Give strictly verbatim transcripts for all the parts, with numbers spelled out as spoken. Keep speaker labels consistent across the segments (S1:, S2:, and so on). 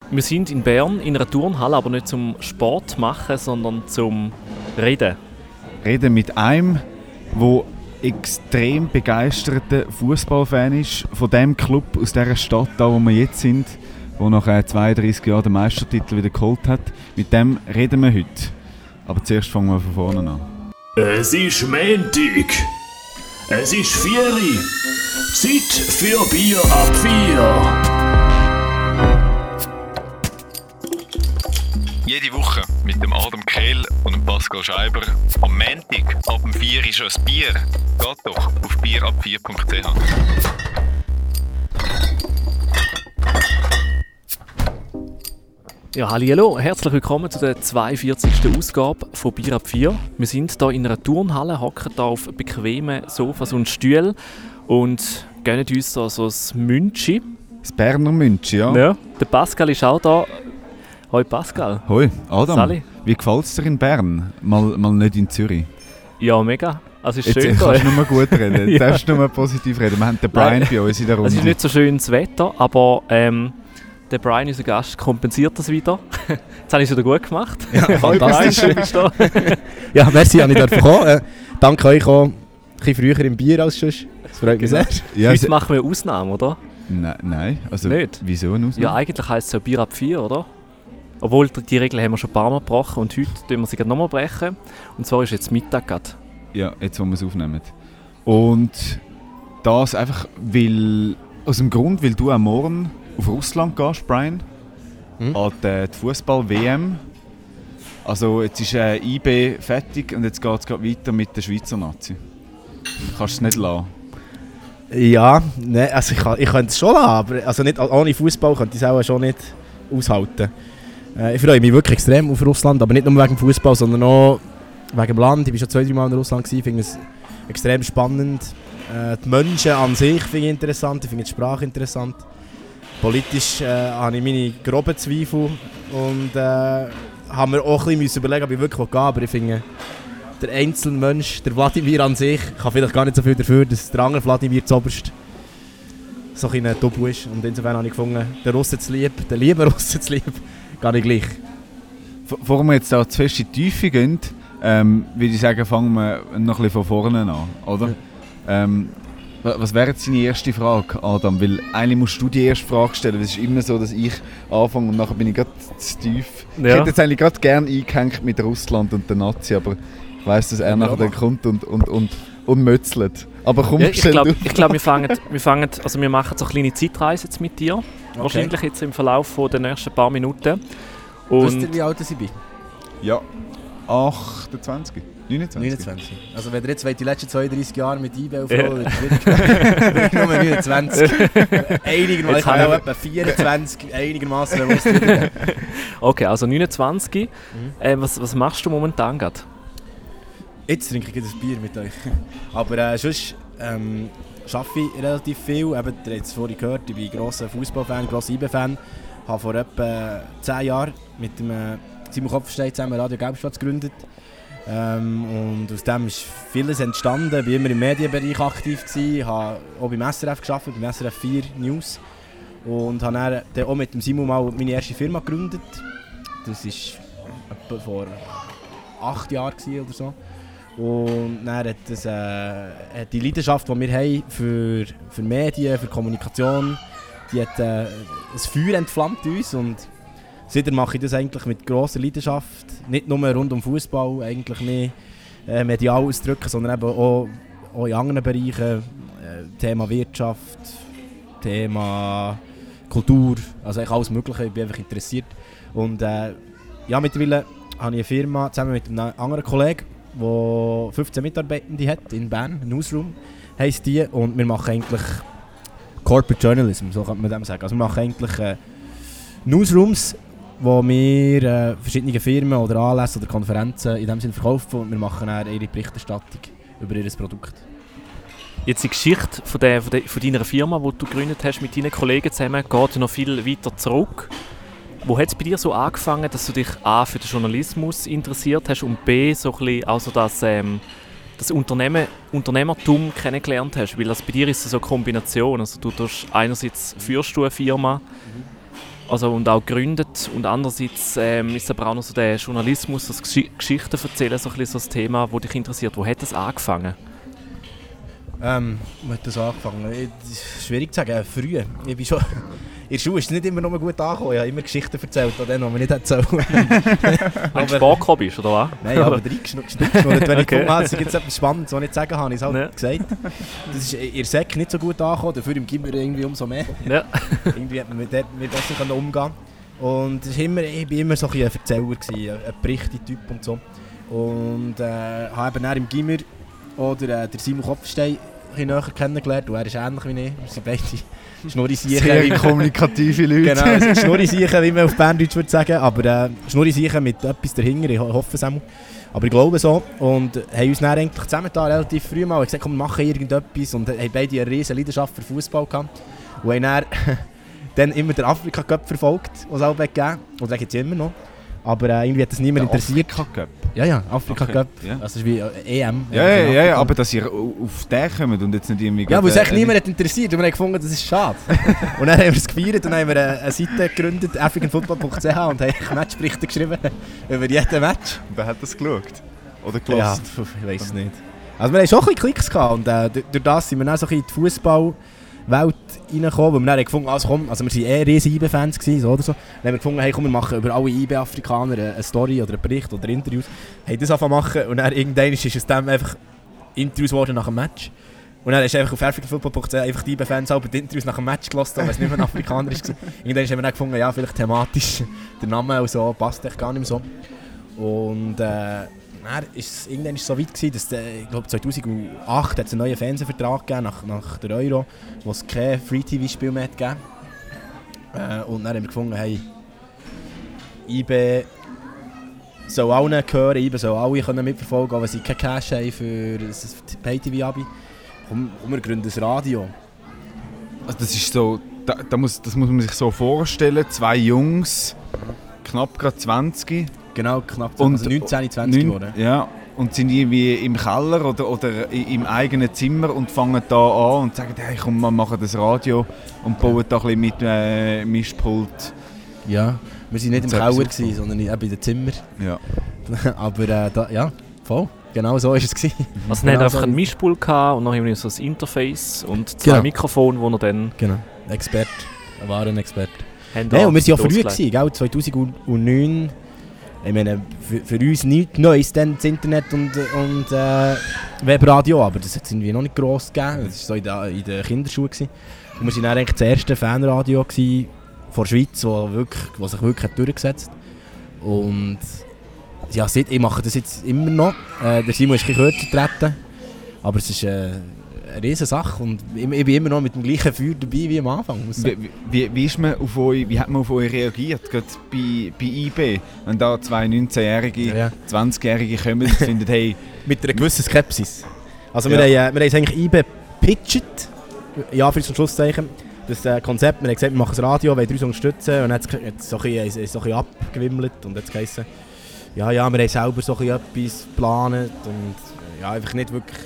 S1: Wir sind in Bern in einer Turnhalle, aber nicht zum Sport machen, sondern zum Reden.
S2: Reden mit einem, der extrem begeisterter Fußballfan ist von dem Club aus dieser Stadt, da wo wir jetzt sind, der nach zweiunddreissig Jahren den Meistertitel wieder geholt hat. Mit dem reden wir heute. Aber zuerst fangen wir von vorne an.
S3: Es ist Montag. Es ist Vieri. Zeit für Bier ab vier.
S4: Jede Woche mit dem Adam Kehl und dem Pascal Scheiber. Am Montag ab dem vier ist schon ein Bier. Geht doch auf bier ab vier punkt c h.
S1: Ja, hallo, herzlich willkommen zu der zweiundvierzigsten Ausgabe von Bier ab vier. Wir sind hier in einer Turnhalle, hocken hier auf bequemen Sofas und Stühlen und gönnen uns so, so ein Münchi.
S2: Das Berner Münchi, ja.
S1: Ja. Der Pascal ist auch da. Hoi Pascal.
S2: Hoi, Adam.
S1: Sali.
S2: Wie gefällt es dir in Bern? Mal, mal nicht in Zürich.
S1: Ja, mega. Also ist
S2: Jetzt
S1: schön
S2: kannst
S1: da.
S2: du nur gut reden. Jetzt
S1: Ja.
S2: darfst du nur positiv reden. Wir haben den Brian
S1: Nein.
S2: bei uns in der Runde.
S1: Es ist nicht so schönes Wetter, aber ähm, der Brian, unser Gast, kompensiert das wieder. Jetzt habe ich es wieder gut gemacht.
S5: Ja,
S1: Hoi Brian,
S5: fantastisch.
S1: schön bist du da.
S5: Ja, merci, dass ich dürfen kommen. Äh, danke euch auch. Ein bisschen früher im Bier als sonst. Das freut mich
S1: Genau.
S5: sehr.
S2: Ja,
S1: Heute
S2: se-
S1: machen wir Ausnahmen, oder?
S2: Nein, nein. Also,
S1: Nicht?
S2: Wieso eine Ausnahme?
S1: Ja, eigentlich heisst es ja Bier ab vier, oder? Obwohl, die Regel haben wir schon ein paar Mal gebrochen und heute tun wir sie gerade nochmal brechen. Und zwar ist jetzt Mittag gerade.
S2: Ja, jetzt, wo wir es aufnehmen. Und das einfach, weil, aus dem Grund, weil du am Morgen auf Russland gehst, Brian,
S5: Hm?
S2: an die, die Fußball-W M. Also jetzt ist äh, I B fertig und jetzt geht es gerade weiter mit der Schweizer Nazi. Kannst du es nicht lassen?
S5: Ja, ne, also ich, kann, ich könnte es schon lassen, aber also nicht, ohne Fußball könnte ich es auch schon nicht aushalten. Äh, ich freue mich wirklich extrem auf Russland, aber nicht nur wegen dem Fußball, sondern auch wegen dem Land. Ich war schon zwei, drei Mal in Russland, ich finde es extrem spannend. Äh, die Menschen an sich finde ich interessant, ich finde die Sprache interessant. Politisch äh, habe ich meine groben Zweifel und äh, habe mir auch ein bisschen überlegen, ob ich wirklich gehen will, aber ich finde, der einzelne Mensch, der Wladimir an sich, kann vielleicht gar nicht so viel dafür, dass der andere Wladimir zuoberst so ein bisschen Tobu ist. Und insofern habe ich gefunden, den Russen zu lieb, den lieben Russen zu lieb, gar nicht gleich.
S2: V- Bevor wir jetzt da zu fest in die Tiefe gehen, ähm, würde ich sagen, fangen wir noch ein bisschen von vorne an, oder? Ähm, wa- was wäre jetzt deine erste Frage, Adam? Weil eigentlich musst du die erste Frage stellen. Es ist immer so, dass ich anfange und nachher bin ich gerade zu tief. Ich
S1: Ja.
S2: hätte jetzt eigentlich gerade gerne eingehängt mit Russland und der Nazi, aber ich weiss, dass er nachher dann kommt und, und, und, und mötzelt. Aber komm,
S1: Ja, ich
S2: stell
S1: glaube,
S2: du.
S1: ich glaub, wir, fangen, wir, fangen, also wir machen so eine kleine Zeitreise jetzt mit dir. Wahrscheinlich jetzt im Verlauf von der nächsten paar Minuten.
S5: Wisst
S1: Und
S5: ihr, wie alt ich bin?
S2: Ja, achtundzwanzig, neunundzwanzig.
S5: neunundzwanzig. Also wenn ihr jetzt wollt, die letzten zweiunddreissig Jahre mit I B L
S1: Ja.
S5: aufholen, würde ich nur neunundzwanzig. Einigermaßen, ich habe auch etwa vierundzwanzig, einigermaßen, wenn wir es drüber
S1: okay, also neunundzwanzig.
S5: Mhm.
S1: Äh, was, was machst du momentan gerade?
S5: Jetzt trinke ich ein Bier mit euch. Aber äh, sonst ähm, arbeite ich relativ viel. Eben, ihr habt es vorhin gehört, ich bin grosser Fußballfan, grosser I B-Fan. Ich habe vor etwa zehn Jahren mit dem äh, Simon Kopfstein zusammen Radio Gelbspatz gegründet. Ähm, und aus dem ist vieles entstanden. Ich war immer im Medienbereich aktiv, gewesen, habe auch beim S R F gearbeitet, beim S R F vier News. Und habe dann, dann auch mit dem Simon mal meine erste Firma gegründet. Das war etwa vor acht Jahren gewesen oder so. Und dann hat, das, äh, hat die Leidenschaft, die wir haben für, für Medien, für Kommunikation, die hat äh, ein Feuer entflammt in uns. Und seitdem mache ich das eigentlich mit grosser Leidenschaft. Nicht nur rund um Fußball, eigentlich mehr äh, medial ausdrücken, sondern eben auch, auch in anderen Bereichen. Äh, Thema Wirtschaft, Thema Kultur, also eigentlich alles Mögliche. Ich bin einfach interessiert. Und äh, ja, mittlerweile habe ich eine Firma zusammen mit einem anderen Kollegen, die fünfzehn Mitarbeitende hat in Bern, Newsroom heisst die, und wir machen eigentlich Corporate Journalism, so kann man dem sagen. Also wir machen eigentlich äh, Newsrooms, wo wir äh, verschiedene Firmen oder Anlässe oder Konferenzen in dem Sinne verkaufen und wir machen dann ihre Berichterstattung über ihr Produkt.
S1: Jetzt die Geschichte von, der, von, der, von deiner Firma, die du gegründet hast mit deinen Kollegen zusammen, geht noch viel weiter zurück. Wo hat es bei dir so angefangen, dass du dich A für den Journalismus interessiert hast und B so ein bisschen also das, ähm, das Unternehmen, Unternehmertum kennengelernt hast? Weil das bei dir ist so eine Kombination. Also du tust einerseits führst du eine Firma, also, und auch gegründet. Und andererseits ähm, ist aber auch noch so der Journalismus, das Gesch- Geschichten erzählen, so ein bisschen so das Thema, das dich interessiert. Wo hat das angefangen?
S5: Ähm, wo hat das angefangen? Das ist schwierig zu sagen, früh. Ich bin schon... In der Schule ist es nicht immer noch gut angekommen. Ich habe immer Geschichten erzählt, an denen, die man nicht erzählen
S1: Wenn du Sport gekommen bist, oder was?
S5: Nein, aber reingeschnurrt. Wenn ich gefunden habe, es gibt etwas Spannendes, was ich nicht sagen kann, habe ich es halt
S1: Ja.
S5: gesagt. Das ist in der Sek nicht so gut angekommen, dafür im Gimmer irgendwie umso mehr.
S1: Ja.
S5: Irgendwie hat man mit dem mit besser können umgehen. Und es ist immer, ich war immer so ein bisschen ein Erzähler, gewesen, ein Berichte-Typ und so. Und äh, habe eben dann im Gimmer oder äh, der Simon Kopfstein ein bisschen näher kennengelernt. Und er ist ähnlich wie ich. Wir sind beide Schnurri-Siechen.
S2: Sehr kommunikative Leute.
S5: Genau, Schnurri-Siechen, wie man auf Berndeutsch würde sagen. Aber äh, Schnurri-Siechen mit etwas dahinter, ich ho- hoffe es auch. Aber ich glaube so. Und haben uns dann eigentlich zusammengetan, relativ früh mal. Ich gesagt, komm, wir machen irgendetwas. Und haben beide eine riesen Leidenschaft für Fußball gehabt. Und haben dann, dann immer den Afrika Cup verfolgt, den es auch gegeben. Und den gibt es immer noch. Aber äh, irgendwie hat das niemand interessiert.
S2: Afrika Cup.
S5: Ja, ja, Afrika
S2: Okay,
S5: Cup.
S2: ja.
S5: Das ist wie äh, E M.
S2: Ja, ja, ja, ja, aber dass ihr auf den kommt und jetzt nicht irgendwie...
S5: Ja, weil es
S2: äh,
S5: echt niemand hat interessiert und wir haben gefunden, das ist schade. Und dann haben wir es gefeiert und dann haben wir eine, eine Seite gegründet, africanfootball punkt c h, und haben Matchberichte geschrieben über jeden Match.
S2: Wer hat das geschaut? Oder
S5: Ja,
S2: gehört?
S5: pf, ich weiß es nicht. Also wir haben schon ein bisschen Klicks gehabt und äh, durch- durch das sind wir dann so ein bisschen in die Fußballwelt reingekommen, weil wir dann haben gefunden, also komm, also wir waren eh riesige I B-Fans gewesen, so oder so. Dann haben wir gefunden, hey komm, wir machen über alle I B-Afrikaner eine, eine Story oder einen Bericht oder Interviews. Haben das angefangen machen und dann irgendwann ist es dann einfach Interviews geworden nach dem Match. Und dann ist einfach auf africanfootball punkt c h einfach die I B-Fans auch die Interviews nach dem Match gelassen, weil es nicht mehr ein Afrikaner war. Irgendwann haben wir dann gefunden, ja vielleicht thematisch, der Name und so passt echt gar nicht mehr so. Und äh, dann ist es irgendwann ist es so weit gewesen, dass äh, ich glaube zweitausendacht hat es einen neuen Fernsehvertrag gegeben nach, nach der Euro, wo es kein Free-T V-Spiel mehr hat gegeben. Äh, und dann haben wir gefunden, hey, I B soll allen gehören, I B soll alle können mitverfolgen, auch wenn sie kein Cash haben für das Pay-T V-Abi. Komm, komm, wir gründen ein Radio.
S2: Also das ist so... Da, da muss, das muss man sich so vorstellen. Zwei Jungs, knapp gerade zwanzig.
S5: Genau, knapp
S2: Und-
S5: also neunzehn, zwanzig
S2: Neun-
S5: Jahre.
S2: Ja, und sind irgendwie im Keller oder, oder i- im eigenen Zimmer und fangen da an und sagen, hey, komm, wir machen das Radio und bauen da ein bisschen mit äh, Mischpult.
S5: Ja, wir waren nicht im
S2: Und so
S5: Keller,
S2: etwas
S5: gewesen, sondern eben in den Zimmern.
S2: Ja.
S5: Aber äh, da, ja, voll. Genau so war es. gewesen.
S1: Also, dann
S5: Genau
S1: einfach
S5: so
S1: einen
S5: ist-
S1: Mischpult gehabt und dann haben wir so ein Interface und zwei
S5: Genau.
S1: Mikrofone, wo wir dann
S5: Genau, Experte, ein wahrer Experte.
S1: haben.
S5: Nein, und wir waren ja früh,
S1: losgelegt.
S5: gewesen, gell? zweitausendneun. Ich meine, für, für uns nichts Neues, dann das Internet und, und äh, Webradio, aber das hat es irgendwie noch nicht gross gegeben. Das war so in der, in der Kinderschuhe. Gewesen. Und wir waren dann eigentlich das erste Fanradio gewesen von der Schweiz, wo, wirklich, wo sich wirklich hat durchgesetzt hat. Und ja, seht, ich mache das jetzt immer noch. Äh, der Simon ist ein bisschen kürzer getreten, aber es ist äh, eine riesige Sache und ich, ich bin immer noch mit dem gleichen Feuer dabei wie am Anfang. Muss ich sagen.
S2: Wie, wie, wie, ist man auf euch, wie hat man auf euch reagiert, gerade bei, bei I B? Wenn da zwei neunzehnjährige,
S5: Ja.
S2: zwanzigjährige kommen und finden, hey,
S5: Mit einer gewissen Skepsis. Also
S2: Ja.
S5: wir, haben, äh, wir haben es eigentlich I B gepitcht, ja, Anführungs- und Schlusszeichen, das äh, Konzept. Wir haben gesagt, wir machen das Radio, wollen uns unterstützen und dann hat es hat es so ein bisschen, so ein bisschen abgewimmelt und jetzt geheißen, ja, ja, wir haben selber so ein bisschen etwas geplant und äh, ja, einfach nicht wirklich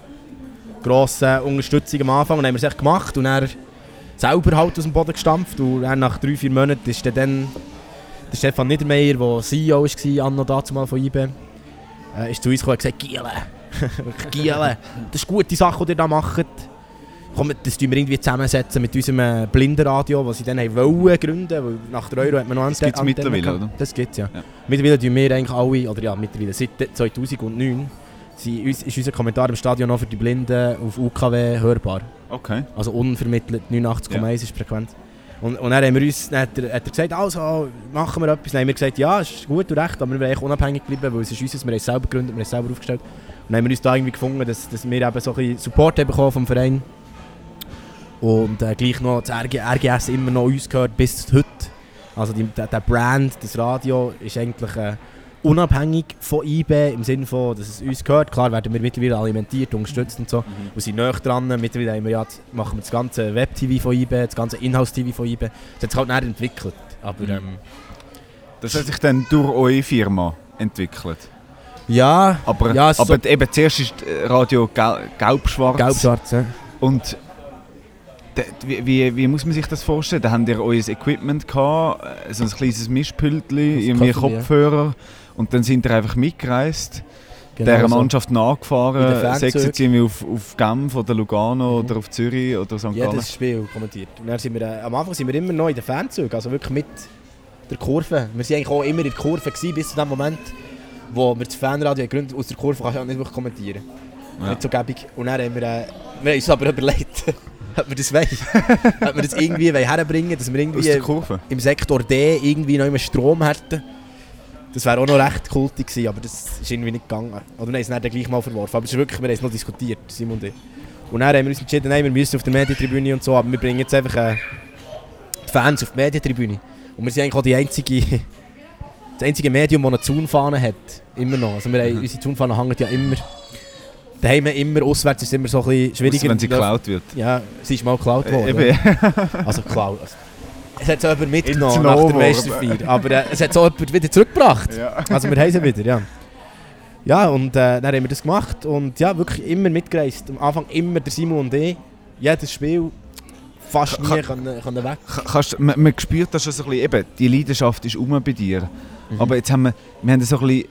S5: grosse Unterstützung am Anfang und dann haben wir es echt gemacht und dann selber halt aus dem Boden gestampft und dann nach drei, vier Monaten ist dann, dann der Stefan Niedermeyer, der C E O war, anno dazumal von I B, äh, ist zu uns gekommen und gesagt, Giele, Giele, das ist eine gute Sache, die ihr da macht. Komm, das tun wir irgendwie zusammensetzen mit unserem äh, Blindenradio, das sie dann haben wollen gründen, weil nach der Euro hat man noch
S2: Das gibt's
S5: Antennen
S2: mittlerweile,
S5: gehabt.
S2: oder?
S5: Das gibt es, ja.
S2: Ja.
S5: Mittlerweile tun wir eigentlich alle, oder ja, mittlerweile seit zweitausendneun, sie, uns- ist unser Kommentar im Stadion noch für die Blinden auf U K W hörbar.
S2: okay.
S5: Also unvermittelt, neunundachtzig Komma eins ist die Frequenz. Und, und dann, haben wir uns, dann hat, er, hat er gesagt, also machen wir etwas. Dann haben wir gesagt, ja, ist gut und recht, aber wir wollen eigentlich unabhängig bleiben, weil es ist unseres, wir haben es selber gegründet, wir haben es selber aufgestellt. Und dann haben wir uns da irgendwie gefunden, dass, dass wir eben so ein bisschen Support haben bekommen vom Verein. Und äh, gleich noch das R G, R G S immer noch uns gehört bis heute. Also die, der, der Brand, das Radio, ist eigentlich äh, unabhängig von I B, im Sinne von, dass es uns gehört. Klar werden wir mittlerweile alimentiert, unterstützt und so.
S2: Mhm.
S5: Und sind näher dran. Mittlerweile haben wir ja, machen wir das ganze Web-T V von I B, das ganze Inhouse-T V von I B. Das hat sich halt nicht entwickelt. Aber
S2: Mhm.
S5: ähm,
S2: Das hat sich dann durch eure Firma entwickelt.
S5: ja,
S2: Aber,
S5: Ja, es ist
S2: aber eben zuerst ist äh, Radio gel gelb-schwarz.
S5: gelb-schwarz. Ja.
S2: Und wie, wie, wie muss man sich das vorstellen? Da habt ihr euer Equipment gehabt, so ein kleines Mischpültchen, irgendwie Kopfhörer, und dann sind ihr einfach mitgereist,
S5: Genau
S2: der
S5: so.
S2: Mannschaft nachgefahren, sei es jetzt irgendwie auf, auf Genf oder Lugano
S5: Mhm.
S2: oder auf Zürich oder Sankt Gallen.
S5: Jedes Spiel kommentiert. Und dann sind wir, äh, am Anfang sind wir immer noch in den Fanzügen, also wirklich mit der Kurve. Wir waren eigentlich auch immer in der Kurve gewesen, bis zu dem Moment, wo wir das Fanradio gegründet haben. Aus der Kurve kannst du auch nicht wirklich kommentieren.
S2: Ja.
S5: Nicht so gäbig. Und dann haben wir, äh, wir haben uns aber überlegt, ob wir das wollen. Ob wir das irgendwie herbringen wollen, dass wir
S2: Aus der
S5: irgendwie
S2: Kurve?
S5: im Sektor D irgendwie noch immer Strom hätten. Das wäre auch noch recht kultig gewesen, aber das ist irgendwie nicht gegangen. Oder wir haben es dann gleich mal verworfen. Aber es ist wirklich, wir haben es noch diskutiert, Simon und ich. Und dann haben wir uns entschieden, nein, wir müssen auf der Medientribüne und so, aber wir bringen jetzt einfach äh, die Fans auf die Medientribüne. Und wir sind eigentlich auch die einzige, das einzige Medium, das eine Zaunfahne hat. Immer noch. Also wir haben,
S2: Mhm.
S5: unsere Zaunfahne hängt ja immer. Daheim immer, auswärts ist es immer so ein bisschen schwieriger.
S2: Ausser wenn sie geklaut wird.
S5: Ja, sie ist mal geklaut
S2: Äh,
S5: worden.
S2: eben.
S5: Also geklaut. Also, es hat so jemand mitgenommen
S2: Ins
S5: nach der
S2: Novo.
S5: Meisterfeier. Aber äh, es hat so jemand wieder zurückgebracht.
S2: Ja.
S5: Also wir haben sie wieder, ja. Ja, und äh, dann haben wir das gemacht und ja, wirklich immer mitgereist. Am Anfang immer der Simon und ich. Jedes Spiel fast nie können, können weg.
S2: Ka- Kannst, man, man spürt das schon so ein bisschen, eben, die Leidenschaft ist um bei dir.
S5: Mhm.
S2: Aber jetzt haben wir, wir haben so ein bisschen,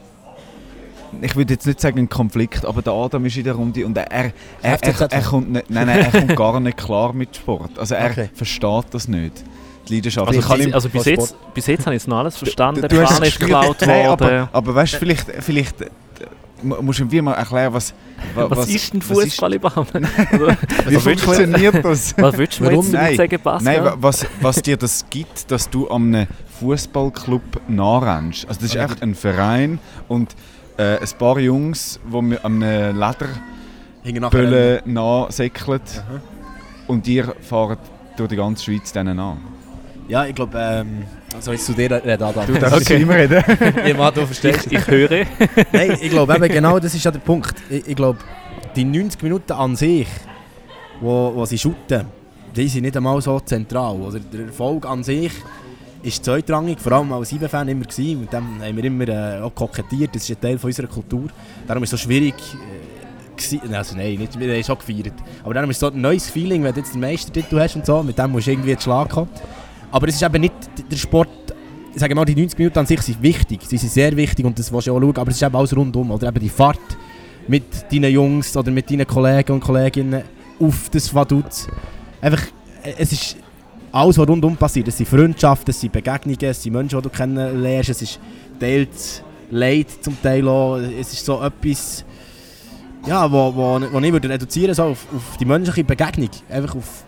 S2: ich würde jetzt nicht sagen einen Konflikt, aber der Adam ist in der Runde und er, er, er,
S5: F C Z.
S2: er, er, kommt, nicht, nein, nein, er kommt gar nicht klar mit Sport. Also er
S5: Okay.
S2: versteht das nicht, die Leidenschaft.
S1: Also,
S2: Ich kann
S1: bis,
S2: ihm-
S1: also bis,
S5: Sport.
S1: jetzt, bis jetzt habe ich es noch alles verstanden.
S2: Du-
S1: Der
S2: du hast
S1: Fahne
S2: es
S1: ist
S2: gespürt.
S1: geklaut
S2: Nein,
S1: worden.
S2: aber, aber weißt du, vielleicht, vielleicht äh, mu- musst du ihm wie mal erklären, was, wa-
S1: Was, ist denn
S2: was ist-
S1: Fußball überhaupt? Also,
S2: Wie
S1: was willst du-
S2: funktioniert das?
S1: Was willst du mir
S2: Warum?
S1: jetzt damit
S2: Nein.
S1: sagen, Pascal?
S2: Nein, wa- was, was dir das gibt, dass du an einem Fußballclub nachrennst. Also das ist echt ein Verein und äh, ein paar Jungs, die mir an einem
S5: Hingen nachher
S2: Lederböllen nachsäckeln und ihr fahrt durch die ganze Schweiz denen an.
S5: Ja, ich glaube, ähm, also jetzt zu dir reden, Adam.
S2: Du darfst okay. immer reden.
S5: Ich meine, du verstehst.
S1: ich, ich höre.
S5: Nein, ich glaube eben genau, das ist ja der Punkt. Ich, ich glaube, die neunzig Minuten an sich, wo, wo sie shooten, die sind nicht einmal so zentral. Oder der Erfolg an sich ist zweitrangig, vor allem als I B E-Fan immer gewesen. Mit dem haben wir immer äh, auch kokettiert, das ist ein Teil von unserer Kultur. Darum ist es so schwierig, äh, gewesen. Also nein, nicht, wir haben schon gefeiert. Aber darum ist es so ein neues Feeling, wenn du jetzt den Meistertitel hast und so, mit dem musst du irgendwie zu Schlag kommen. Aber es ist eben nicht der Sport, ich sage mal, die neunzig Minuten an sich sind wichtig, sie sind sehr wichtig und das willst du auch schauen, aber es ist eben alles rundum. Oder eben die Fahrt mit deinen Jungs oder mit deinen Kollegen und Kolleginnen auf das Vaduz. Einfach, es ist alles, was rundum passiert. Es sind Freundschaften, es sind Begegnungen, es sind Menschen, die du kennenlernst, es ist teils Leid zum Teil auch. Es ist so etwas, ja, wo, wo, wo ich würde reduzieren so auf, auf die menschliche Begegnung. Einfach auf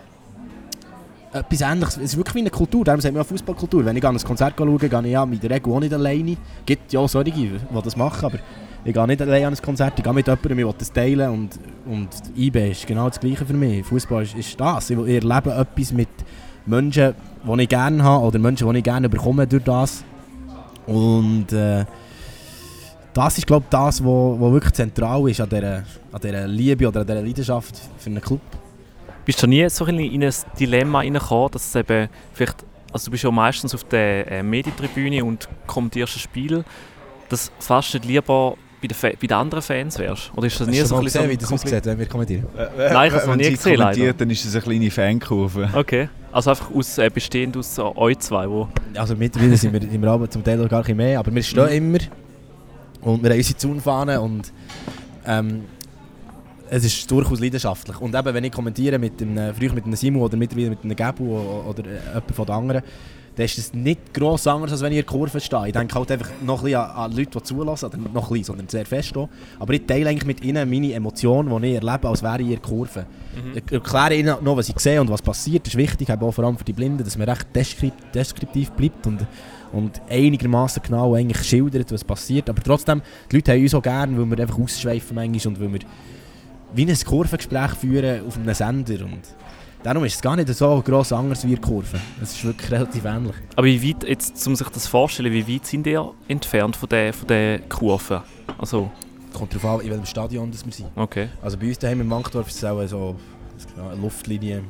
S5: etwas Ähnliches. Es ist wirklich wie eine Kultur, darum sagt man ja Fußballkultur. Wenn ich an ein Konzert schaue, gehe ich ja mit der Regel auch nicht alleine. Es gibt ja auch solche, die das machen, aber ich gehe nicht alleine an ein Konzert, ich gehe mit jemandem, ich will das teilen und, und I B ist genau das Gleiche für mich. Fußball ist, ist das. Ich, ich erlebe etwas mit Menschen, die ich gerne habe oder Menschen, die ich gerne bekomme durch das. Und äh, das ist, glaube ich, das, was wo, wo wirklich zentral ist an dieser, an dieser Liebe oder an dieser Leidenschaft für einen Club.
S1: Bist du nie so ein bisschen in ein Dilemma reingekommen, dass es eben vielleicht, also du bist ja meistens auf der äh, Medientribüne und kommentierst ein Spiel, dass fast nicht lieber bei den, Fa- bei den anderen Fans wärst? Oder ist das nie so ein bisschen so
S5: wie
S1: ein
S5: das
S1: Konflikt?
S5: aussieht, wenn wir kommentieren?
S1: Nein, ich habe es noch
S2: Wenn
S1: nie
S2: sie
S1: gesehen,
S2: kommentiert,
S1: leider.
S2: dann ist es eine kleine Fankurve.
S1: Okay, also einfach aus, äh, bestehend aus äh, euch zwei, wo...
S5: Also mittlerweile sind wir im Rahmen zum Teil noch gar nicht mehr, aber wir stehen immer und wir haben unsere Zaunfahne und ähm, es ist durchaus leidenschaftlich. Und eben, wenn ich kommentiere, mit einem, früher mit einem Simon oder mittlerweile mit einem Gabu oder, oder äh, jemand von den anderen, dann ist es nicht gross anders, als wenn ich in der Kurve stehe. Ich denke halt einfach noch ein bisschen an, an Leute, die zulassen, oder nicht noch ein bisschen, sondern sehr fest auch. Aber ich teile eigentlich mit ihnen meine Emotionen, die ich erlebe, als wäre ich in der Kurve.
S1: Mhm.
S5: Ich erkläre ihnen noch, was ich sehe und was passiert. Das ist wichtig, auch vor allem für die Blinden, dass man recht deskrip- deskriptiv bleibt und, und einigermaßen genau eigentlich schildert, was passiert. Aber trotzdem, die Leute haben uns auch gerne, weil wir einfach ausschweifen manchmal und weil wir wie ein Kurvengespräch führen auf einem Sender. Und darum ist es gar nicht so gross anders wie in der Kurve. Es ist wirklich relativ ähnlich.
S1: Aber wie weit, jetzt, um sich das vorzustellen, wie weit sind ihr entfernt von der, von der Kurve? Also,
S5: Kommt darauf an, in welchem Stadion das wir sind.
S1: okay.
S5: Also bei uns daheim im Wankdorf ist es auch so eine Luftlinie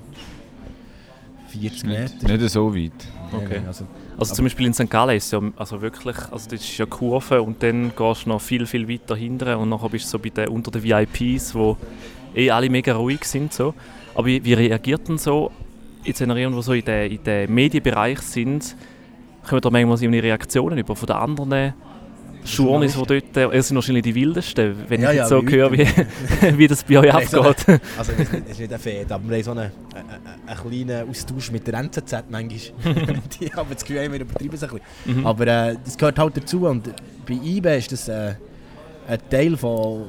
S5: vierzig
S2: Nicht,
S5: Meter.
S2: nicht so weit.
S5: Nein,
S1: Okay.
S5: nein, also,
S1: Also zum Beispiel in Sankt Gallen ist es ja also wirklich, also das ist ja Kurve und dann gehst du noch viel, viel weiter hinten und nachher bist du so bei den, unter den V I Ps, wo eh alle mega ruhig sind. So. Aber wie, wie reagiert denn so, jetzt in Regionen, die so in den, in den Medienbereich sind, kommen da manchmal so Reaktionen über von den anderen Journeys, die dort, äh, sind wahrscheinlich die wildesten, wenn
S5: Ja,
S1: ich
S5: ja,
S1: jetzt so
S5: wie
S1: höre, wie, wie das bei euch
S5: Nein, so
S1: abgeht.
S5: eine- Also es ist nicht, es ist nicht ein Fed, aber wir haben so einen, einen, einen kleinen Austausch mit der N Z Z manchmal. Die haben das Gefühl, wir übertreiben es ein bisschen.
S1: Mhm.
S5: Aber äh, das gehört halt dazu und bei I B E ist das äh, ein Teil von,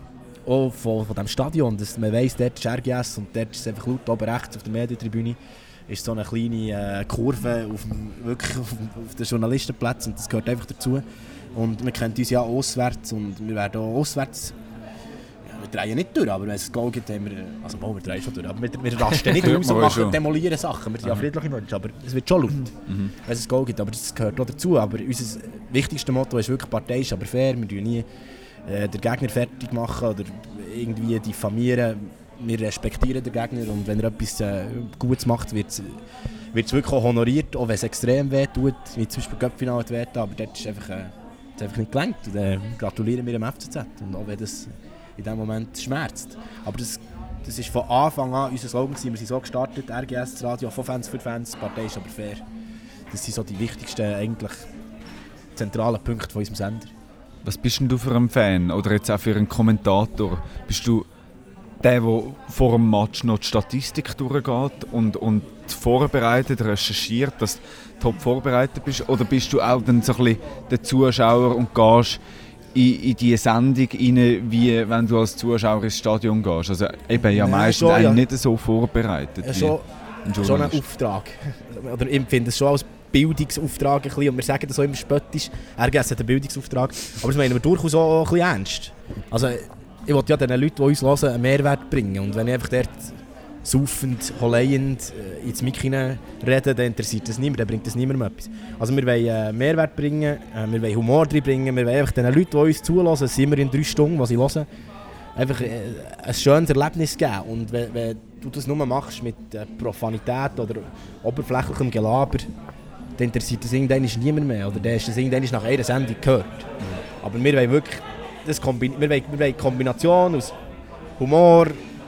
S5: auch von, von diesem Stadion, dass man weiss, dort ist R G S und dort ist es einfach laut oben rechts auf der Medientribüne ist so eine kleine äh, Kurve auf, dem, wirklich auf, dem, auf den Journalistenplatz und das gehört einfach dazu. Und wir kennen uns ja auswärts und wir werden auch auswärts. Ja, wir drehen nicht durch, aber wenn es ein Goal gibt, haben wir. Also, oh, wir drehen schon durch, aber wir, wir rasten nicht aus und machen, demolieren Sachen. Wir sind ja friedliche Menschen, aber es wird schon laut,
S2: Mhm.
S5: wenn es ein Goal gibt. Aber das gehört auch dazu. Aber unser wichtigstes Motto ist wirklich: Partei ist aber fair. Wir tun nie äh, den Gegner fertig machen oder irgendwie diffamieren. Wir respektieren den Gegner und wenn er etwas äh, Gutes macht, wird es wirklich auch honoriert, auch wenn es extrem weh tut, wie zum Beispiel Cup-Finale weh tut, aber dort ist einfach, äh, ist einfach nicht gelangt. Und, äh, gratulieren wir dem F C Z, und auch wenn das in diesem Moment schmerzt. Aber das, das ist von Anfang an unser Slogan gewesen. Wir sind so gestartet, R G S, das Radio, von Fans für Fans, die Partei ist aber fair. Das sind so die wichtigsten, eigentlich zentralen Punkte von unserem Sender.
S2: Was bist denn du für ein Fan oder jetzt auch für einen Kommentator? Bist du der, der vor dem Match noch die Statistik durchgeht und, und vorbereitet, recherchiert, dass du top vorbereitet bist? Oder bist du auch dann so ein bisschen der Zuschauer und gehst in, in diese Sendung rein, wie wenn du als Zuschauer ins Stadion gehst? Also eben ja
S5: Nein,
S2: meistens
S5: schon, ja.
S2: nicht so vorbereitet
S5: Ja,
S2: wie
S5: schon,
S2: ein
S5: schon ein
S2: Journalist.
S5: Auftrag. Oder ich empfinde es schon als Bildungsauftrag ein bisschen. Und wir sagen das so immer spöttisch. R G S hat einen Bildungsauftrag. Aber das meinen wir durchaus auch ein bisschen ernst. Also ich will ja den Leuten, die uns hören, einen Mehrwert bringen. Und wenn ich einfach dort saufend, holleyend äh, ins Mic hinein rede, dann interessiert das niemand, dann bringt das niemandem etwas. Also wir wollen äh, Mehrwert bringen, äh, wir wollen Humor reinbringen, wir wollen einfach den Leuten, die uns zuhören, es sind immer in drei Stunden, die sie hören, einfach äh, ein schönes Erlebnis geben. Und wenn, wenn du das nur machst mit äh, Profanität oder oberflächlichem Gelaber, dann interessiert das irgendwann niemand mehr. Oder dann ist das irgendwann nach einer Sendung gehört. Aber wir wollen wirklich das Kombi- wir wollen, wir wollen eine Kombination aus Humor,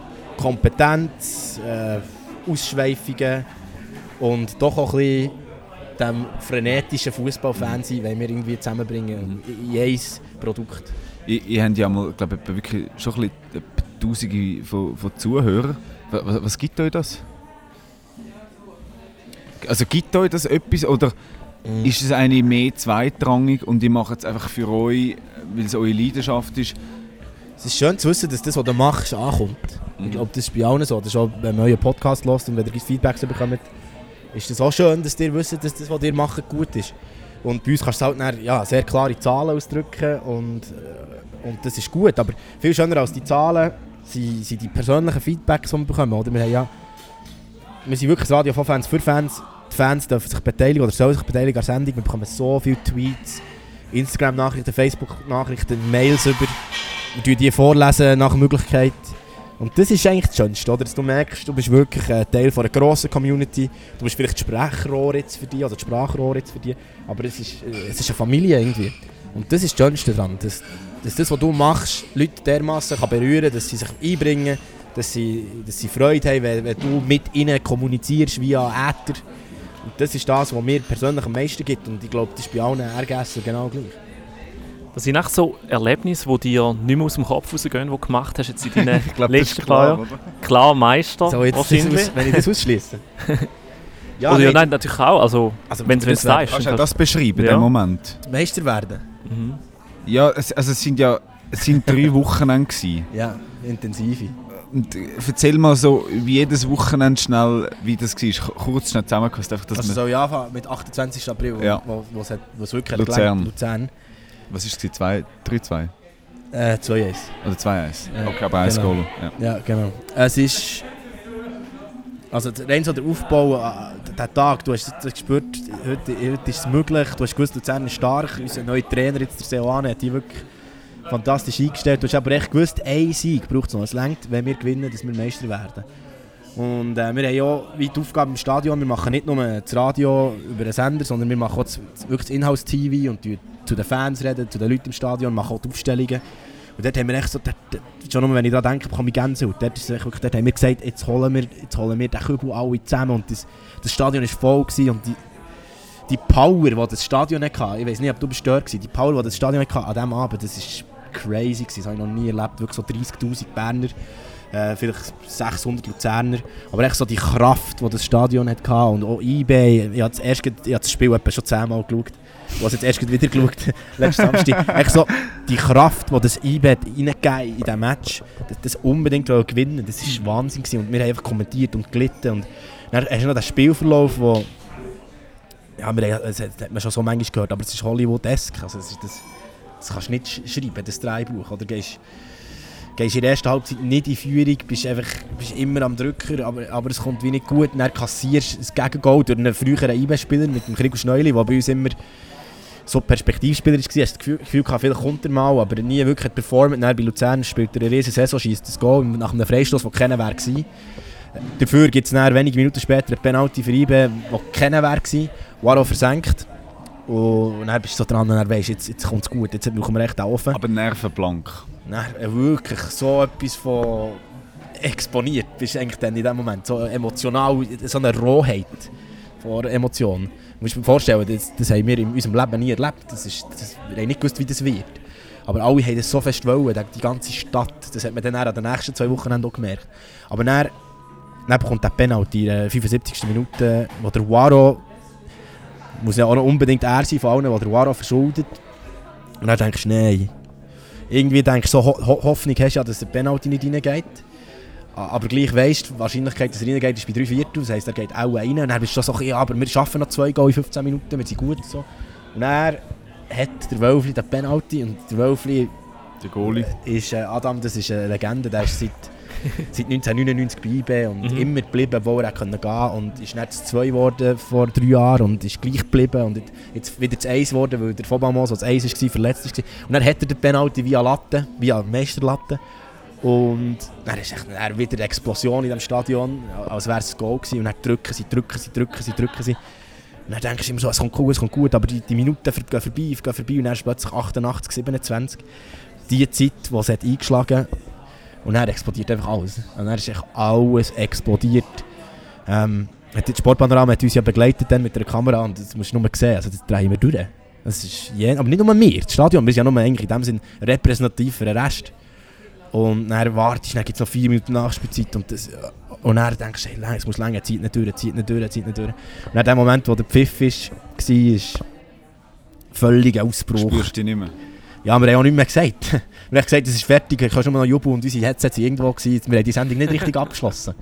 S5: Kompetenz, äh, Ausschweifungen und doch auch ein bisschen dem frenetischen Fußballfernsehen, wollen wir irgendwie zusammenbringen in ein Produkt.
S2: Ihr, ihr habt ja mal, glaube ich, wirklich schon ein bisschen Tausende von, von Zuhörern. Was, was gibt euch das? Also gibt euch das etwas oder
S5: Mhm.
S2: ist es eine mehr zweitrangig und ihr macht es einfach für euch, weil es eure Leidenschaft ist?
S5: Es ist schön zu wissen, dass das, was du machst, ankommt.
S2: Mhm.
S5: Ich glaube, das ist bei allen so. Das ist auch, wenn man euren Podcast hört und wenn ihr Feedbacks bekommt, ist es auch schön, dass ihr wisst, dass das, was ihr macht, gut ist. Und bei uns kannst du halt dann, ja, sehr klare Zahlen ausdrücken und, äh, und das ist gut. Aber viel schöner als die Zahlen sind, sind die persönlichen Feedbacks, die wir bekommen. Oder wir, haben ja, wir sind wirklich das Radio von Fans für Fans. Die Fans dürfen sich beteiligen oder sollen sich beteiligen an der Sendung. Wir bekommen so viele Tweets, Instagram-Nachrichten, Facebook-Nachrichten, Mails über. Wir lesen die vorlesen nach Möglichkeit. Und das ist eigentlich das Schönste, oder? Dass du merkst, du bist wirklich ein Teil von einer grossen Community. Du bist vielleicht das Sprachrohr jetzt für die oder das Sprachrohr jetzt für die. Aber es ist, es ist eine Familie irgendwie. Und das ist das Schönste daran. Dass, dass das, was du machst, Leute dermassen kann berühren, dass sie sich einbringen, dass sie, dass sie Freude haben, wenn, wenn du mit ihnen kommunizierst via Äther. Und das ist das, was mir persönlich am meisten gibt. Und ich glaube, das ist bei allen R G S genau gleich.
S1: Das sind echt so Erlebnisse, die dir nicht mehr aus dem Kopf rausgehen, die du gemacht hast jetzt in deinen
S2: Ich glaube, das ist
S1: letzten
S2: klar,
S1: paar Jahren.
S2: oder?
S1: Klar, Meister
S5: So, jetzt das
S1: wahrscheinlich.
S5: aus, wenn ich das ausschließe.
S1: Ja, Oder ja, nein, natürlich auch. Also,
S5: Also,
S1: wenn es
S5: das
S1: da
S5: wär-
S1: ist.
S2: Kannst du
S1: dann
S2: auch das beschreiben,
S1: Ja.
S2: den Moment?
S5: Meister werden.
S1: Mhm.
S2: Ja, es, also es sind ja es sind drei Wochenende gewesen.
S5: Ja, intensive.
S2: Und äh, erzähl mal so, wie jedes Wochenende schnell, wie das war. Kurz schnell zusammengefasst, einfach, dass
S5: Also
S2: man,
S5: soll ich anfangen mit achtundzwanzigsten April, wo,
S2: Ja.
S5: wo, wo, es, hat, wo es wirklich
S2: Luzern.
S5: gelangt, Luzern.
S2: was ist es? zwei, drei zwei?
S5: Äh, zwei eins.
S2: Oder zwei eins?
S5: Ja,
S2: Okay, aber eins
S5: genau.
S2: Goal. Ja.
S5: Ja, genau. Es ist... Also rein so der Aufbau, äh, der Tag, du hast, du hast gespürt, heute, heute ist es möglich, du hast gewusst, Luzern ist stark, unser neuer Trainer, jetzt der Seoane, hat die wirklich fantastisch eingestellt. Du hast aber echt gewusst, ein Sieg braucht es noch. Es reicht, wenn wir gewinnen, dass wir Meister werden. Und äh, wir haben ja wie die Aufgabe im Stadion, wir machen nicht nur das Radio über den Sender, sondern wir machen auch das, wirklich das Inhouse-T V und die, zu den Fans reden, zu den Leuten im Stadion, machen auch die Aufstellungen. Und dort haben wir echt so, dort, dort, schon nur wenn ich daran denke, bekomme ich Gänsehaut. Dort, ist wirklich, dort haben wir gesagt, jetzt holen wir, jetzt holen wir den Kübel alle zusammen. Und das, das Stadion war voll gewesen und die, die Power, die das Stadion hatte, ich weiß nicht, ob du gestört warst, die Power, die das Stadion hatte an diesem Abend, das war crazy gewesen. Das habe ich noch nie erlebt. Wirklich so dreißigtausend Berner, äh, vielleicht sechshundert Luzerner. Aber echt so die Kraft, die das Stadion hatte und auch I B. Ich habe das, erst, ich habe das Spiel etwa schon zehnmal geschaut. Ich habe jetzt erst wieder geschaut, letzten Samstag. Echt so die Kraft, die das I B reingegeben in diesem Match, das, das unbedingt gewinnen, das war Wahnsinn gewesen. Und wir haben einfach kommentiert und gelitten. Und dann hast du noch den Spielverlauf, wo ja, wir, das hat man schon so manchmal gehört, aber es ist Hollywood-esque. Also das, das, das kannst du nicht schreiben, das Drehbuch. Oder gehst, gehst in der ersten Halbzeit nicht in Führung, bist, einfach, bist immer am Drücker, aber, aber es kommt wie nicht gut. Und dann kassierst du das Gegengol durch einen früheren I B-Spieler mit dem Gregor Schneuli, der bei uns immer so Perspektivspieler war. Hast du das Gefühl, Gefühl gehabt, vielleicht kommt er mal, aber nie wirklich performt. Dann bei Luzern spielt er eine riesen Saison, schießt das Goal nach einem Freistoß, der keiner war. Dafür gibt es dann wenige Minuten später einen Penalty für I B, der keiner war. Waro versenkt. Und dann bist du so dran und dann weisst, jetzt, jetzt kommt es gut, jetzt brauchen wir echt offen.
S2: Aber nervenblank.
S5: Dann wirklich so etwas von exponiert bist du eigentlich dann in dem Moment. So emotional, so eine Rohheit von Emotionen. Du musst dir vorstellen, das, das haben wir in unserem Leben nie erlebt. Das ist, das, wir haben nicht gewusst, wie das wird. Aber alle haben das so fest wollen, die ganze Stadt. Das hat man dann an den nächsten zwei Wochen auch gemerkt. Aber dann, dann bekommt der Penalty in der fünfundsiebzigsten Minute, wo der Waro, muss ja auch noch unbedingt er sein von allen, die der Waro verschuldet. Und dann denkst du, nein. Irgendwie denkst du, so Ho- Ho- Hoffnung hast du ja, dass der Penalty nicht reingeht. Aber gleich weisst du, die Wahrscheinlichkeit, dass er reingeht, ist bei drei Viertel. Das heisst, er geht auch rein. Und dann bist du schon so, ja, aber wir schaffen noch zwei Goal in fünfzehn Minuten, wir sind gut. So. Und dann hat der Wölfli den Penalty. Und der Wölfli,
S2: der Goalie,
S5: ist, äh, Adam, das ist eine Legende, der ist seit, seit neunzehnhundertneunundneunzig bei I B und mhm. immer geblieben, wo er gehen konnte. Und ist nicht das zwei geworden vor drei Jahren und ist gleich geblieben. Und jetzt wieder das eins geworden, weil der Fobamos, der das eins war, verletzt war. Und dann hat er den Penalty via Latte, via Meisterlatte. Und dann ist echt dann wieder eine Explosion in diesem Stadion, als wäre es ein Goal gewesen. Und dann drücken sie, drücken sie, drücken sie, drücken sie. Und dann denkst du immer so, es kommt gut, es kommt gut, aber die, die Minuten gehen vorbei, gehen vorbei und dann ist plötzlich achtundachtzig, siebenundzwanzig. Die Zeit, die es hat eingeschlagen hat. Und dann explodiert einfach alles. Und dann ist echt alles explodiert. Ähm, das Sportpanorama hat uns ja begleitet dann mit der Kamera und das musst du nur sehen, also das drehen wir durch. Das ist je, aber nicht nur wir, das Stadion, wir sind ja nur eigentlich in dem Sinn repräsentativ für den Rest. Und dann wartest du, dann gibt es noch vier Minuten Nachspielzeit und, das, und dann denkst du, hey, es muss länger, zieht nicht durch, zieht nicht durch, zieht nicht durch. Und dann der Moment, wo der Pfiff ist, war, war völliger Ausbruch.
S2: Spürst du dich nicht mehr?
S5: Ja, wir haben auch nicht mehr gesagt. Wir haben gesagt, es ist fertig, ich kann schon mal noch jubeln und unsere Headsets waren irgendwo gewesen. Wir haben die Sendung nicht richtig abgeschlossen.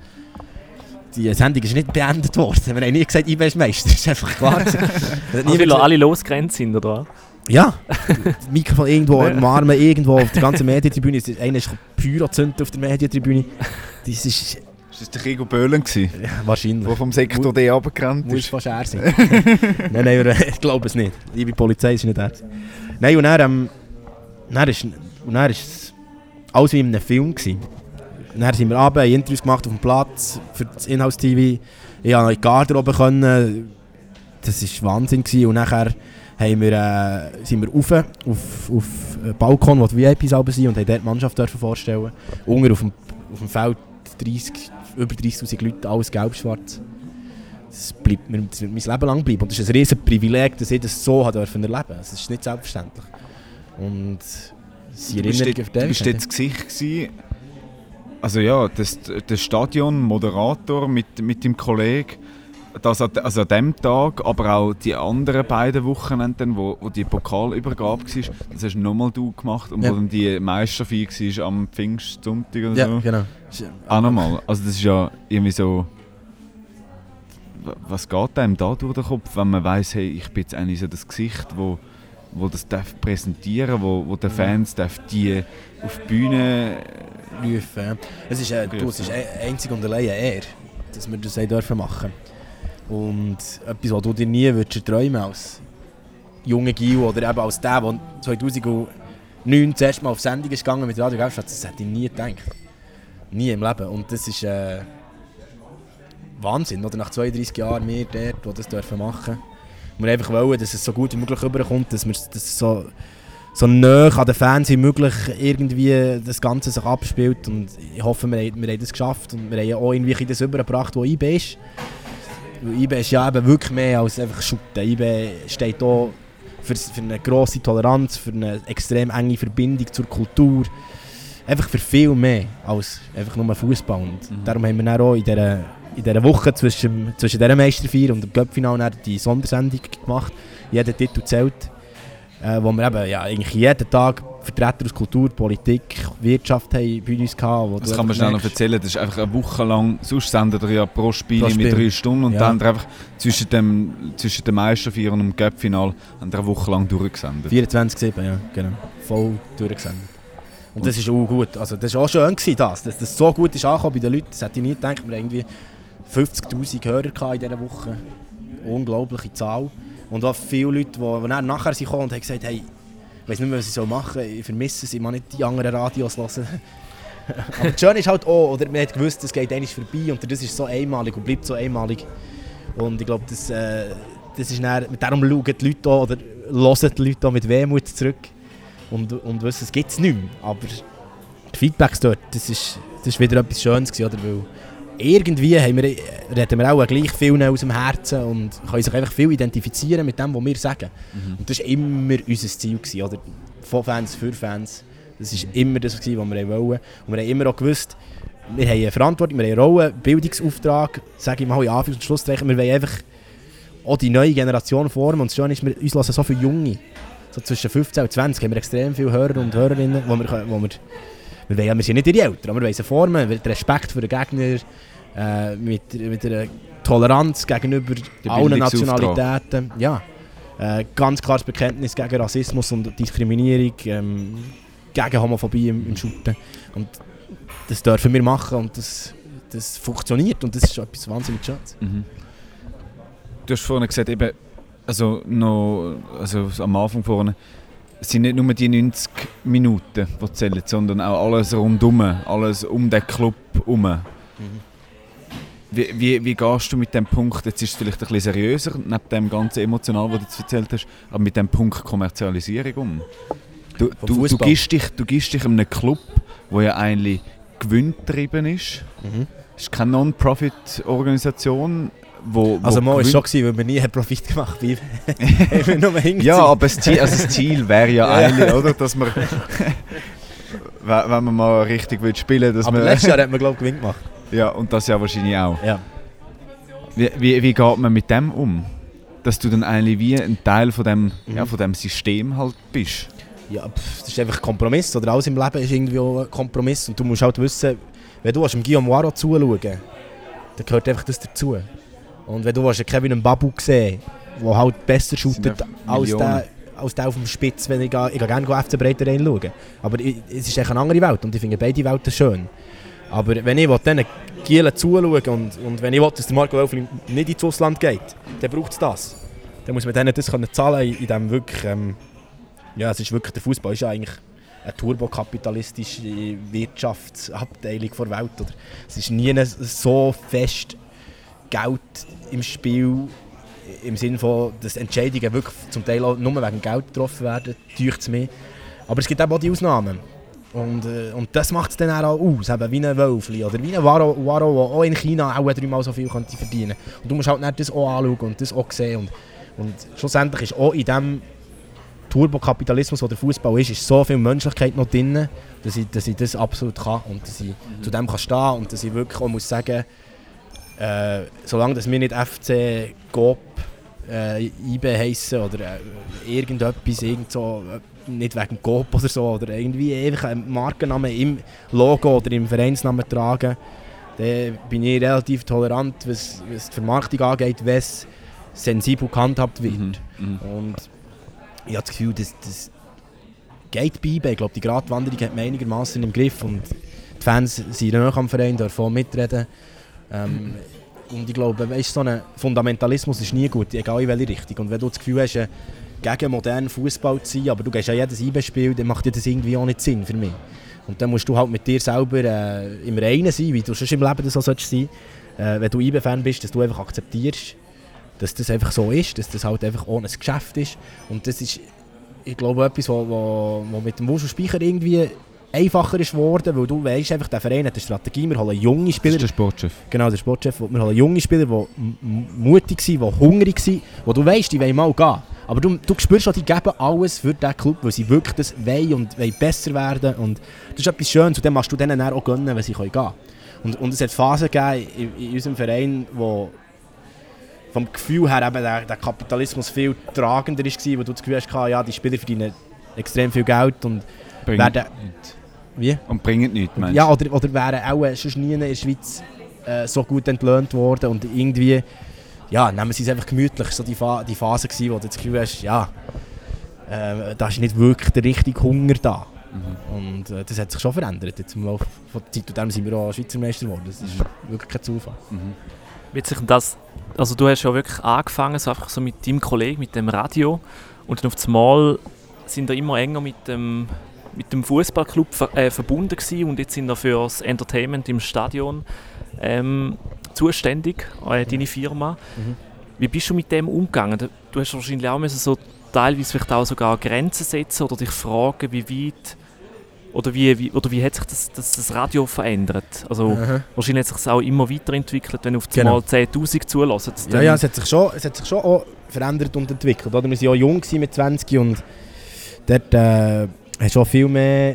S5: Die Sendung ist nicht beendet worden. Wir haben nie gesagt, I B ist Meister, das ist einfach klar.
S1: Also weil alle losgerannt sind, oder?
S5: Ja, das Mikrofon irgendwo im Arm, irgendwo auf der ganzen Medientribüne. Einer ist Pyro gezündet auf der Medientribüne. Das ist...
S2: War das der Rigo Böhlen? Ja,
S5: wahrscheinlich.
S2: Der vom Sektor D runtergerannt ist?
S5: Muss fast er sein. Nein, nein, ich glaube es nicht. Liebe Polizei ist nicht er. Nein, und dann, ähm, dann ist, und dann ist es alles wie in einem Film gewesen. Und dann sind wir runter, haben Interviews gemacht auf dem Platz für das Inhouse-T V. Ich konnte in die Garderobe können. Das war Wahnsinn gewesen. Und nachher haben wir, äh, sind wir rauf auf, auf den Balkon, wo die V I Ps sind, und haben dort die Mannschaft vorstellen. Unten auf dem, auf dem Feld dreißig, über dreißigtausend Leute, alles gelb-schwarz. Das bleibt mir das wird mein Leben lang bleiben. Und es ist ein riesen Privileg, dass ich das so erleben durfte. Es ist nicht selbstverständlich. Und sie erinnern sich auf den.
S2: Du bist jetzt Gesicht gewesen. Also ja, das, der Stadion-Moderator mit, mit dem Kollegen, das an, also an diesem Tag, aber auch die anderen beiden Wochenenden, wo, wo die Pokalübergabe war, das hast nochmal du gemacht und ja. Wo dann die Meisterfeier war am Pfingstsonntag oder
S5: ja,
S2: so.
S5: Ja, genau.
S2: Auch nochmal. Also das ist ja irgendwie so... Was geht einem da durch den Kopf, wenn man weiss, hey, ich bin jetzt eigentlich so das Gesicht, wo, wo das darf präsentieren, wo, wo den Fans darf die auf die Bühne
S5: rufen. Ja. Es ist, äh, du, es ist einzig und allein Ehre, dass wir das dürfen machen. Und etwas, was du dir nie würdest träumen als junger Gil oder eben als der, der zweitausendneun das erste Mal auf Sendung ist gegangen mit Radio Gelbstadt, das hätte ich nie gedacht. Nie im Leben. Und das ist äh, Wahnsinn, oder? Nach zweiunddreissig Jahren wir dort, die das dürfen machen. Wir einfach wollen, dass es so gut wie möglich rüberkommt, dass wir das so, so nah an den Fans wie möglich irgendwie das Ganze sich abspielt. Und ich hoffe, wir, wir haben das geschafft und wir haben auch irgendwie das übergebracht, was I B ist. Weil I B ist ja eben wirklich mehr als einfach Shooten. I B steht auch für, für eine grosse Toleranz, für eine extrem enge Verbindung zur Kultur. Einfach für viel mehr als einfach nur Fußball. Und mhm. darum haben wir dann auch in dieser, in dieser Woche zwischen, zwischen dieser Meisterfeier und dem Cup-Finale die Sondersendung gemacht. Jeder Titel zählt. Äh, wo wir eben ja, eigentlich jeden Tag Vertreter aus Kultur, Politik, Wirtschaft haben bei uns gehabt.
S2: Das kann man schnell noch erzählen. Das ist einfach eine Woche lang, sonst sendet ihr ja pro Spiel,
S5: pro Spiel
S2: mit drei Stunden und
S5: ja.
S2: dann einfach zwischen dem, zwischen dem Meisterfeier und dem Cup-Finale eine Woche lang durchgesendet.
S5: vierundzwanzig sieben, ja, genau. Voll durchgesendet. Und das ist auch gut. Also das war auch schön, gewesen, das, dass das so gut ist angekommen bei den Leuten. Das hätte ich nie gedacht. Wir hatten irgendwie fünfzigtausend Hörer in dieser Woche. Unglaubliche Zahl. Und auch viele Leute, die, die nachher kamen und haben gesagt, hey, ich weiß nicht mehr, was ich machen soll, ich vermisse es, ich kann nicht die anderen Radios hören. Aber das Schöne ist halt auch, oder man hat gewusst, es geht einmal vorbei und das ist so einmalig und bleibt so einmalig. Und ich glaube, das, äh, das ist dann, darum schauen die Leute auch, oder hören die Leute auch mit Wehmut zurück und, und wissen, es gibt es nicht mehr. Aber die Feedbacks dort, das ist, das ist wieder etwas Schönes gewesen, oder? Weil irgendwie haben wir, reden wir auch gleich viel aus dem Herzen und können sich einfach viel identifizieren mit dem, was wir sagen. Mhm. Und das war immer unser Ziel gewesen, oder? Von Fans für Fans. Das war immer das, was wir wollten. Und wir haben immer auch gewusst, wir haben eine Verantwortung, wir haben eine Rolle, einen Bildungsauftrag, sage ich mal in Anführungs- und Schlusszeichen. Wir wollen einfach auch die neue Generation formen. Und das Schöne ist, wir, uns hören so viele Junge. So zwischen fünfzehn und zwanzig haben wir extrem viele Hörer und Hörerinnen, wo wir, wo wir, wir, wollen, wir sind nicht ihre Eltern, aber wir wollen sie formen, wir haben Respekt für den Gegner, äh, mit, mit einer Toleranz gegenüber allen Nationalitäten. Ja, äh, ganz klares Bekenntnis gegen Rassismus und Diskriminierung, ähm, gegen Homophobie im, im Shooten. Und das dürfen wir machen und das, das funktioniert und das ist etwas wahnsinnig Schönes.
S2: Mhm. Du hast vorhin gesagt, eben, also noch, also am Anfang vorne, es sind nicht nur die neunzig Minuten, die zählen, sondern auch alles rundum, alles um den Club herum. Mhm. Wie, wie, wie gehst du mit dem Punkt, jetzt ist es vielleicht ein bisschen seriöser, neben dem ganzen Emotionalen, was du jetzt erzählt hast, aber mit dem Punkt Kommerzialisierung um? Du, du, du, gibst dich, du gibst dich einem Club, der ja eigentlich gewinngetrieben ist. Mhm. Es ist keine Non-Profit-Organisation. Wo, wo
S5: also mal war es schon, weil wir nie Profit gemacht haben.
S2: Ja, aber das Ziel, also das Ziel wäre ja eigentlich, oder, dass man, wenn man mal richtig will spielen will,
S5: aber
S2: man...
S5: letztes Jahr hat man, glaube ich, Gewinn gemacht.
S2: Ja, und das ja wahrscheinlich auch.
S5: Ja.
S2: Wie, wie, wie geht man mit dem um? Dass du dann eigentlich wie ein Teil von dem, mhm. ja, von dem System halt bist?
S5: Ja, pff, das ist einfach ein Kompromiss. Oder alles im Leben ist irgendwie auch ein Kompromiss. Und du musst halt wissen, wenn du dem Guillaume Waro zuschauen, dann gehört einfach das dazu. Und wenn du einen Kevin Babu sehen, der halt besser shootet als der, als der auf dem Spitz, wenn ich, ich gehe gerne F C Breiter reinschauen. Aber ich, es ist echt eine andere Welt und ich finde beide Welten schön. Aber wenn ich diesen Gielen zuschauen und, und wenn ich will, dass der Marco Wölfli nicht ins Ausland geht, dann braucht es das. Dann muss man denen das können zahlen, in, in dem wirklich, ähm, ja, es ist wirklich, der Fußball ist ja eigentlich eine turbokapitalistische Wirtschaftsabteilung der Welt. Oder? Es ist nie so fest Geld im Spiel, im Sinne von, dass Entscheidungen wirklich zum Teil auch nur wegen Geld getroffen werden, täuscht es mir. Aber es gibt auch die Ausnahmen. Und, äh, und das macht es dann auch aus, eben wie ein Wölfli oder wie ein Waro, Waro, der auch in China auch dreimal so viel könnte verdienen könnte. Und du musst halt nicht das auch anschauen und das auch sehen. Und, und schlussendlich ist auch in diesem Turbokapitalismus, der der Fußball ist, ist so viel Menschlichkeit noch drin, dass ich, dass ich das absolut kann und dass ich mhm. zu dem kann stehen und dass ich wirklich auch muss sagen, äh, solange dass wir nicht F C Coop äh, I B heissen oder äh, irgendetwas, irgend so, äh, nicht wegen Coop oder so, oder irgendwie einfach einen Markennamen im Logo oder im Vereinsnamen tragen, dann bin ich relativ tolerant, was, was die Vermarktung angeht, wenn es sensibel gehandhabt wird. Mhm. Mhm. Und ich habe das Gefühl, dass das geht bei I B. Ich glaube, die Gratwanderung hat man einigermaßen im Griff und die Fans sind nah am Verein, dürfen mitreden. Ähm, und ich glaube, weißt, so ein Fundamentalismus ist nie gut, egal in welche Richtung. Und wenn du das Gefühl hast, gegen modernen Fußball zu sein, aber du gehst ja jedes I B-Spiel, dann macht dir das irgendwie auch nicht Sinn für mich. Und dann musst du halt mit dir selber äh, im Reinen sein, wie du schon im Leben das so sein sollst. Äh, wenn du I B-Fan bist, dass du einfach akzeptierst, dass das einfach so ist, dass das halt einfach ohne ein Geschäft ist. Und das ist ich glaube, etwas, was wo, wo, wo mit dem Wuschel Speicher irgendwie einfacher ist geworden, weil du weißt, einfach, der Verein hat eine Strategie, wir holen junge Spieler.
S2: Das ist der Sportchef.
S5: Genau, der Sportchef. Wir holen junge Spieler, die m- mutig sind, die hungrig sind, wo du weißt, die wollen mal gehen. Aber du, du spürst schon, die geben alles für diesen Club, weil sie wirklich das wollen und wollen besser werden. Und das ist etwas Schönes, und dann machst du denen dann auch gönnen, wenn sie gehen können. Und, und es hat Phasen gegeben in, in unserem Verein, wo vom Gefühl her eben der, der Kapitalismus viel tragender war, wo du das Gefühl hast, ja, die Spieler verdienen extrem viel Geld und
S2: Bringt
S5: werden...
S2: nichts.
S5: Wie?
S2: Und bringen nichts, meinst du?
S5: Ja, oder, oder wären auch sonst nie in der Schweiz äh, so gut entlöhnt worden und irgendwie... Ja, nehmen sie es einfach gemütlich, so die, Fa- die Phase gewesen, wo du das Gefühl hast, ja, äh, da ist nicht wirklich der richtige Hunger da. Mhm. Und äh, das hat sich schon verändert. Jetzt im Laufe der Zeit, und dann sind wir auch Schweizer Meister geworden. Das ist mhm. wirklich kein Zufall.
S2: Mhm.
S1: Wird sich das, also du hast ja wirklich angefangen, so einfach so mit deinem Kollegen, mit dem Radio, und dann auf das Mal sind wir immer enger mit dem, mit dem Fußballclub ver, äh, verbunden gewesen, und jetzt sind wir für das Entertainment im Stadion ähm, zuständig, äh, deine Firma. Mhm. Wie bist du mit dem umgegangen? Du hast wahrscheinlich auch müssen so teilweise vielleicht auch sogar Grenzen setzen oder dich fragen, wie weit oder wie, wie, oder wie hat sich das, das, das Radio verändert? Also mhm. wahrscheinlich hat sich das auch immer weiterentwickelt, wenn auf das genau. Mal zehntausend zulassen.
S5: Ja, ja, es hat sich schon, es hat sich schon auch verändert und entwickelt. Oder? Wir waren ja jung mit zwanzig und dort äh, hast du auch viel mehr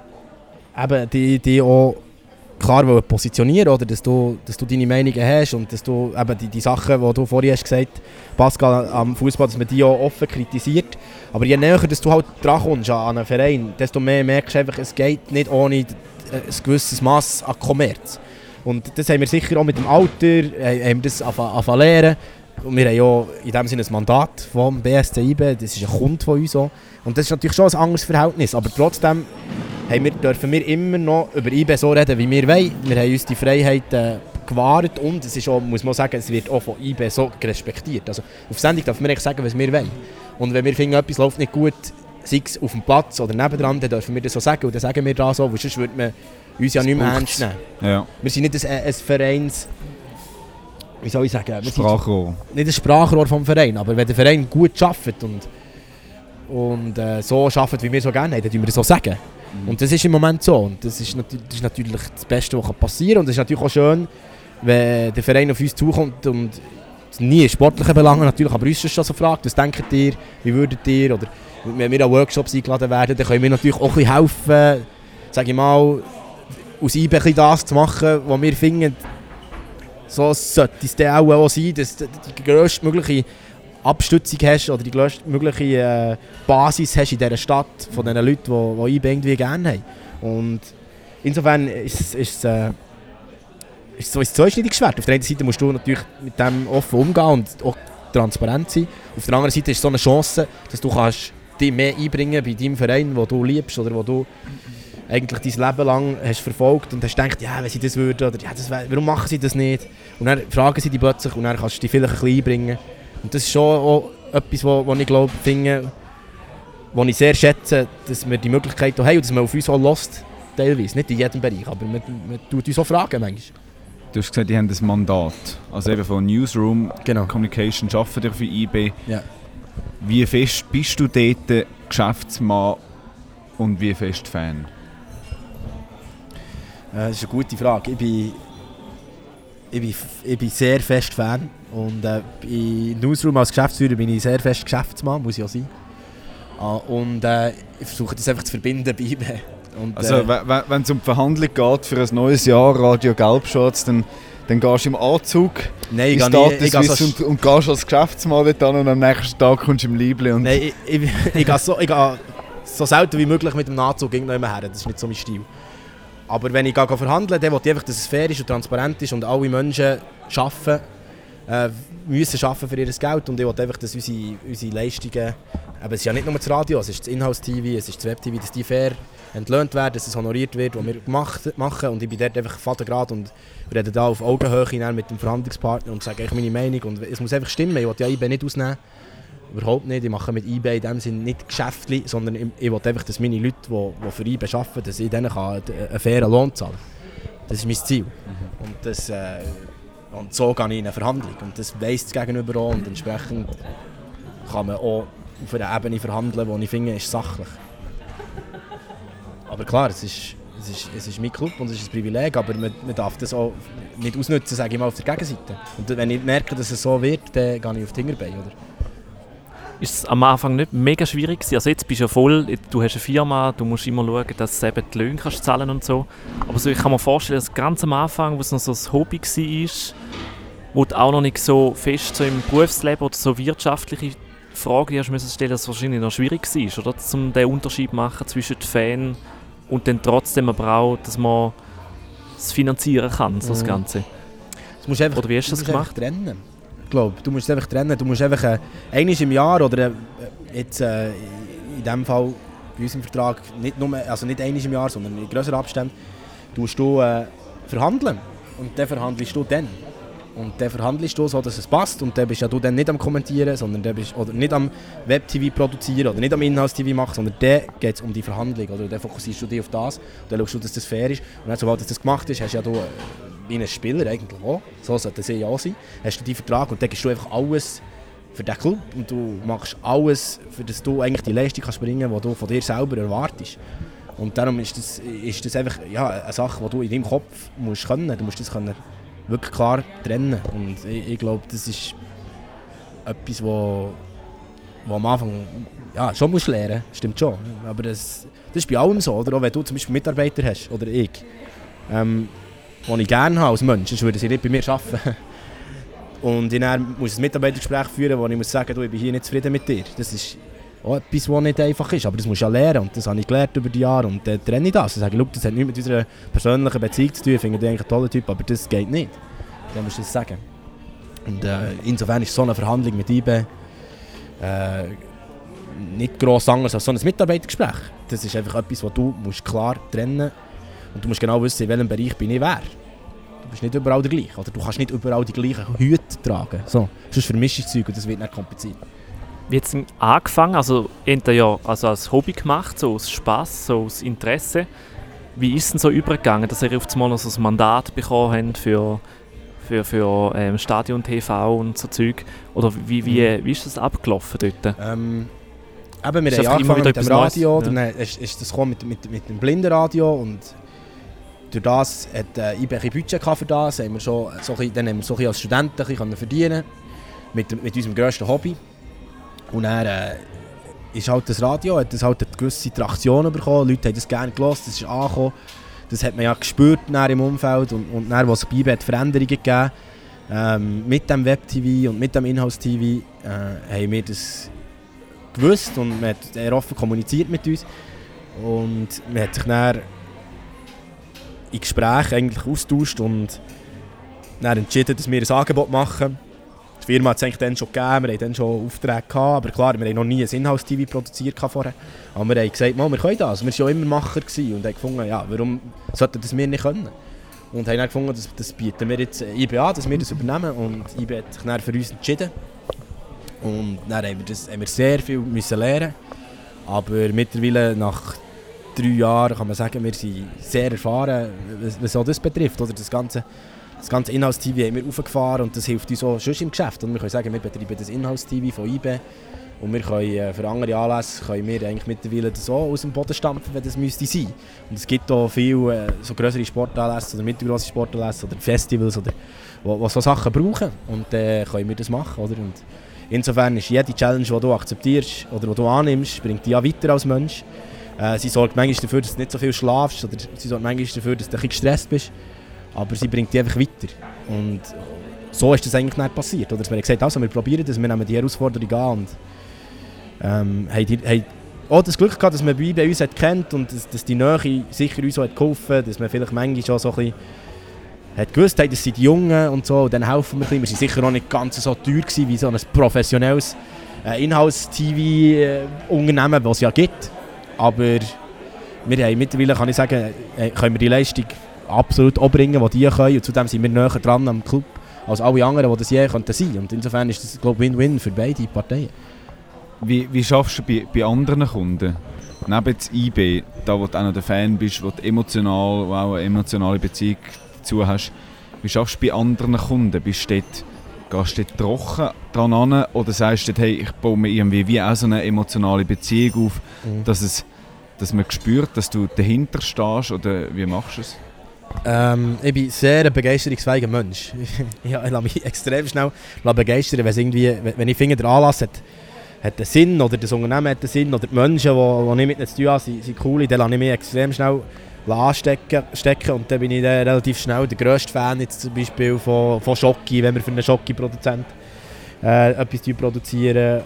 S5: eben die, die auch klar positionieren, oder? Dass, du, dass du deine Meinungen hast und dass du eben die, die Sachen, die du vorhin hast gesagt, Pascal, am Fußball, dass man die auch offen kritisiert. Aber je näher dass du halt dran kommst an einen Verein, desto mehr merkst du einfach, es geht nicht ohne ein gewisses Mass an Kommerz. Und das haben wir sicher auch mit dem Alter, haben wir das angefangen lernen. Und wir haben ja in dem Sinne ein Mandat vom B S C I B, das ist ein Kunde von uns auch. Und das ist natürlich schon ein anderes Verhältnis, aber trotzdem haben wir, dürfen wir immer noch über I B so reden, wie wir wollen. Wir haben uns die Freiheit äh, gewahrt und es ist auch, muss man sagen, es wird auch von I B so respektiert. Also auf Sendung dürfen wir eigentlich sagen, was wir wollen. Und wenn wir finden, etwas läuft nicht gut, sei es auf dem Platz oder nebendran, dann dürfen wir das so sagen. Und dann sagen wir das so, weil sonst würde man uns ja nicht mehr ernst nehmen. Ja. Wir sind nicht ein, ein Vereins... Wie soll ich sagen?
S2: Sprachrohr.
S5: Nicht ein Sprachrohr vom Verein, aber wenn der Verein gut arbeitet und, und äh, so arbeitet, wie wir so gerne haben, dann tun wir das so sagen. Mhm. Und das ist im Moment so. Und das ist, nat- das ist natürlich das Beste, was passieren kann. Und es ist natürlich auch schön, wenn der Verein auf uns zukommt und nie in sportlichen Belangen natürlich, aber uns schon so fragt, was denkt ihr, wie würdet ihr, oder wenn wir an Workshops eingeladen werden, dann können wir natürlich auch ein bisschen helfen, sage ich mal, aus I B das zu machen, was wir finden. So sollte es dann auch, auch sein, dass du die grösstmögliche Abstützung hast oder die grösstmögliche äh, Basis hast in dieser Stadt von den Leuten, die, die I B irgendwie gerne haben. Und insofern ist, ist, äh, ist so ein zweischneidiges Schwert. Auf der einen Seite musst du natürlich mit dem offen umgehen und auch transparent sein. Auf der anderen Seite ist es so eine Chance, dass du kannst dich mehr einbringen bei deinem Verein, den du liebst oder wo du eigentlich dein Leben lang hast verfolgt und hast gedacht, ja, wenn sie das würden oder ja, das wär, warum machen sie das nicht? Und dann fragen sie dich plötzlich und dann kannst du dich vielleicht ein bisschen einbringen. Und das ist schon auch etwas, was ich glaube, finde, was ich sehr schätze, dass wir die Möglichkeit haben und dass man auf uns auch hört, teilweise, nicht in jedem Bereich, aber man, man tut uns auch fragen manchmal.
S2: Du hast gesagt, die haben ein Mandat, also eben von Newsroom,
S5: genau.
S2: Communication, arbeiten ihr für I B.
S5: Ja.
S2: Wie fest bist du dort Geschäftsmann und wie fest Fan?
S5: Das ist eine gute Frage. Ich bin, ich bin, ich bin sehr fest Fan. Und äh, in Newsroom als Geschäftsführer bin ich sehr fest Geschäftsmann, muss ich auch sein. Ah, und äh, ich versuche das einfach zu verbinden bei I B. Und,
S2: also
S5: äh,
S2: wenn, wenn es um die Verhandlung geht für ein neues Jahr Radio Gelbschatz, dann, dann gehst du im Anzug
S5: nein,
S2: ins Statuswiss und, und gehst als Geschäftsmann dort an und am nächsten Tag kommst du im Liebli. Und
S5: nein, ich, ich, ich, ich gehe so, ich gehe so selten wie möglich mit dem Anzug irgendwo her. Das ist nicht so mein Stil. Aber wenn ich gehe verhandeln, dann will ich einfach, dass es fair ist und transparent ist und alle Menschen arbeiten, äh, müssen arbeiten für ihr Geld. Und ich will einfach, dass unsere, unsere Leistungen, aber es ist ja nicht nur das Radio, es ist das Inhouse-T V, es ist das Web-T V, dass die fair entlöhnt werden, dass es honoriert wird, was wir gemacht, machen. Und ich bin dort einfach vatergrad und rede da auf Augenhöhe mit dem Verhandlungspartner und sage meine Meinung. Und es muss einfach stimmen, ich will ja I B nicht ausnehmen. Überhaupt nicht. Ich mache mit I B in dem Sinne nicht Geschäftli, sondern ich, ich will einfach, dass meine Leute, die, die für I B arbeiten, dass ich denen kann einen fairen Lohn zahlen kann. Das ist mein Ziel. Mhm. Und, das, äh, und so gehe ich in eine Verhandlung. Und das weiss das Gegenüber auch. Und entsprechend kann man auch auf einer Ebene verhandeln, wo ich finde, ist sachlich. Aber klar, es ist, es ist, es ist mein Club und es ist ein Privileg, aber man, man darf das auch nicht ausnutzen, sage ich mal, auf der Gegenseite. Und wenn ich merke, dass es so wird, dann gehe ich auf die Hinterbeine, oder?
S1: Ist es am Anfang nicht mega schwierig gewesen? Also jetzt bist du ja voll, du hast eine Firma, du musst immer schauen, dass du eben die Löhne kannst zahlen und so. Aber so, ich kann mir vorstellen, dass ganz am Anfang, wo es noch so ein Hobby war, wo du auch noch nicht so fest so im Berufsleben oder so wirtschaftliche Fragen hast müssen stellen, dass es wahrscheinlich noch schwierig war, oder? Um den Unterschied zu machen zwischen den Fans und dann trotzdem aber auch, dass man es finanzieren kann, so das Ganze.
S5: Das musst einfach,
S1: oder wie hast du das gemacht?
S5: Trennen. Ich glaube, du musst es einfach trennen. Du musst einfach äh, einmal im Jahr oder äh, jetzt äh, in diesem Fall bei unserem Vertrag nicht nur, also nicht einmal im Jahr, sondern in grösseren Abständen, tust du äh, verhandeln und dann verhandelst du dann. Und dann verhandelst du so, dass es passt und dann bist ja du dann nicht am Kommentieren, sondern dann bist, oder nicht am Web-T V produzieren oder nicht am Inhalts-T V machen, sondern dann geht es um die Verhandlung. Oder dann fokussierst du dich auf das und dann schaust du, dass das fair ist. Und dann, sobald das gemacht ist, hast du ja du, äh, wie ein Spieler eigentlich auch, so sollte es ja auch sein, hast du deinen Vertrag und dann gibst du einfach alles für den Club und du machst alles, für das du eigentlich die Leistung kannst bringen, die du von dir selber erwartest. Und darum ist das, ist das einfach ja, eine Sache, die du in deinem Kopf musst können. Du musst das können wirklich klar trennen. Und ich, ich glaube, das ist etwas, wo, wo am Anfang ja, schon musst lernen musst. Stimmt schon. Aber das, das ist bei allem so. Oder? Auch wenn du zum Beispiel Mitarbeiter hast, oder ich, ähm, die ich gerne habe als Mensch, sonst würde sie nicht bei mir arbeiten. Und ich dann muss ein Mitarbeitergespräch führen, wo ich muss sagen, du, ich bin hier nicht zufrieden mit dir. Das ist auch etwas, was nicht einfach ist, aber das musst du ja lernen und das habe ich gelernt über die Jahre und dann trenne ich das. Ich sage, schau, das hat nichts mit unserer persönlichen Beziehung zu tun, ich finde dich eigentlich ein toller Typ, aber das geht nicht. Dann musst du das sagen. Und äh, insofern ist so eine Verhandlung mit I B äh, nicht gross anders als so ein Mitarbeitergespräch. Das ist einfach etwas, was du musst klar trennen und du musst genau wissen, in welchem Bereich bin ich wer. Du bist nicht überall der gleiche, oder du kannst nicht überall die gleichen Hüte tragen. So, sonst vermischst du das Zeug und das wird nicht kompliziert.
S1: Wie hat es angefangen? Also, ihr habt ja also als Hobby gemacht, so aus Spass, so aus Interesse. Wie ist es denn so übergegangen, dass ihr auf einmal noch so ein Mandat bekommen habt für, für, für ähm, Stadion-T V und so Zeug? Oder wie, wie, wie ist das abgelaufen dort?
S5: Ähm, eben, wir haben angefangen mit dem Radio, ja. Dann ist, ist das mit, mit, mit dem Blindenradio und durch das hat äh, I B ein Budget für das. Haben wir schon, so, dann haben wir so als Studenten ein verdienen mit, mit unserem grössten Hobby. Und dann äh, ist halt das Radio, hat das halt eine gewisse Traktion bekommen, Leute haben das gerne gehört, das ist angekommen. Das hat man ja gespürt im Umfeld und, und dann, als es bei I B hat Veränderungen gegeben ähm, mit dem Web-T V und mit dem Inhouse-T V, äh, haben wir das gewusst und man hat sehr offen kommuniziert mit uns. Und man hat sich dann in Gesprächen eigentlich austauscht und dann entschieden, dass wir ein Angebot machen. Die Firma hat es eigentlich dann schon gegeben, wir hatten dann schon Aufträge gehabt, aber klar, wir haben noch nie ein Inhouse-T V produziert vorher. Aber wir haben gesagt, wir können das, wir waren schon immer Macher gewesen und haben gefunden, ja, warum sollten das wir nicht können? Und haben dann gefunden, das, das bieten wir jetzt I B an, dass wir das übernehmen und I B hat sich dann für uns entschieden. Und dann haben wir, das, haben wir sehr viel müssen lernen, aber mittlerweile nach drei Jahren kann man sagen, wir sind sehr erfahren, was, was auch das betrifft, oder das ganze Das ganze Inhouse-T V haben wir aufgefahren und das hilft uns auch schon im Geschäft. Und wir können sagen, wir betreiben das Inhouse-T V von I B und wir können für andere Anlässe können wir eigentlich mittlerweile das auch aus dem Boden stampfen, wenn das müsste sein. Und es gibt auch viele so größere Sportanlässe oder mittelgroße Sportanlässe oder Festivals, oder, wo, wo so Sachen brauchen und dann äh, können wir das machen. Oder? Und insofern ist jede Challenge, die du akzeptierst oder die du annimmst, bringt dich ja weiter als Mensch. Äh, sie sorgt manchmal dafür, dass du nicht so viel schlafst oder sie sorgt manchmal dafür, dass du ein bisschen gestresst bist. Aber sie bringt dich einfach weiter. Und so ist das eigentlich nicht passiert. Oder? Wir haben gesagt, also, wir probieren das, wir nehmen die Herausforderung an. Und ähm, haben, haben auch das Glück gehabt, dass man bei uns hat kennt und dass, dass die Nähe sicher uns auch hat geholfen hat, dass man vielleicht manchmal schon so ein bisschen hat gewusst hat, das sind die Jungen und so, und dann helfen wir ein bisschen. Wir waren sicher auch nicht ganz so teuer gewesen, wie so ein professionelles äh, Inhouse-T V-Unternehmen, das es ja gibt. Aber wir haben mittlerweile, kann ich sagen, können wir die Leistung absolut abbringen, die die können. Und zudem sind wir näher dran am Club als alle anderen, die das je sein könnten. Und insofern ist das, glaube ich, Win-Win für beide Parteien.
S2: Wie, wie schaffst du bei, bei anderen Kunden, neben jetzt I B, da wo du auch noch der Fan bist, wo du emotional, wo auch eine emotionale Beziehung dazu hast, wie schaffst du bei anderen Kunden? Bist du dort Gehst du dort trocken dran an oder sagst du, hey, ich baue mir irgendwie wie auch so eine emotionale Beziehung auf, mhm. dass, es, dass man spürt, dass du dahinter stehst, oder wie machst du es?
S5: Ähm, ich bin sehr ein begeisterungsfähiger Mensch. ich, ich lasse mich extrem schnell begeistern, wenn, irgendwie, wenn ich finde, der Anlass hat, hat einen Sinn, oder das Unternehmen hat einen Sinn, oder die Menschen, die, die ich mit ihnen zu tun habe, sind, sind cool, dann lasse ich mich extrem schnell anstecken stecken, und dann bin ich dann relativ schnell der grösste Fan jetzt zum Beispiel von, von Schocki, wenn wir für einen Schocki-Produzent äh, etwas produzieren,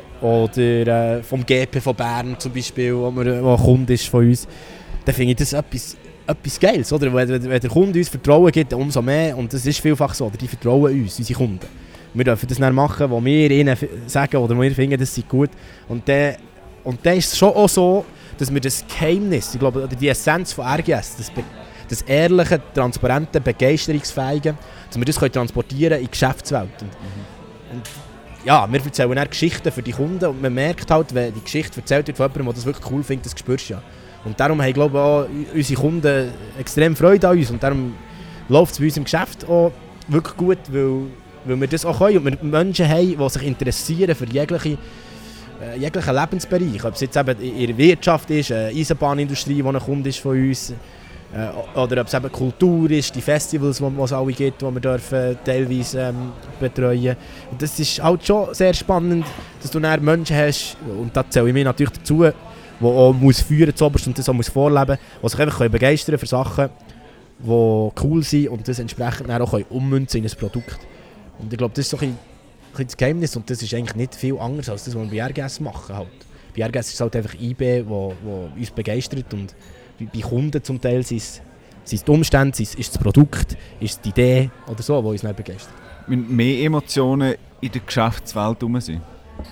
S5: oder äh, vom G P von Bern zum Beispiel, wo, wir, wo ein Kunde ist von uns, dann finde ich das etwas, etwas Geiles, oder? Wenn, wenn der Kunde uns Vertrauen gibt, umso mehr, und das ist vielfach so, oder? Die vertrauen uns, unsere Kunden. Wir dürfen das dann machen, was wir ihnen sagen, oder wir finden, das sei gut, und dann, und dann ist es schon auch so, dass wir das Geheimnis, ich glaube, die Essenz von R G S, das, das ehrliche, transparente, begeisterungsfähige, dass wir das können transportieren in die Geschäftswelt. Und, mhm. und ja, wir erzählen dann Geschichten für die Kunden, und man merkt halt, wenn die Geschichte erzählt wird von jemandem, der das wirklich cool findet, das spürst du ja. Und darum haben, glaube ich, auch unsere Kunden extrem Freude an uns, und darum läuft es bei uns im Geschäft auch wirklich gut, weil, weil wir das auch können und wir Menschen haben, die sich interessieren für jegliche jeglichen Lebensbereich, ob es jetzt eben in der Wirtschaft ist, eine Eisenbahnindustrie, die ein Kunde ist von uns, äh, oder ob es eben Kultur ist, die Festivals, die es alle gibt, die wir dürfen teilweise ähm, betreuen. Und das ist halt schon sehr spannend, dass du dann Menschen hast, und da zähle ich mich natürlich dazu, die auch muss führen zuoberst und das auch muss vorleben, die sich einfach begeistern können für Sachen, die cool sind und das entsprechend dann auch ummünzen in ein Produkt. Und ich glaube, das ist so ein das Geheimnis, und das ist eigentlich nicht viel anders als das, was wir bei R G S machen. Halt. Bei R G S ist es halt einfach I B, wo, wo uns begeistert, und bei Kunden zum Teil sind es die Umstände, ist es das Produkt, ist es die Idee oder so, die uns nicht begeistert.
S2: Müssen mehr Emotionen in der Geschäftswelt herum sein?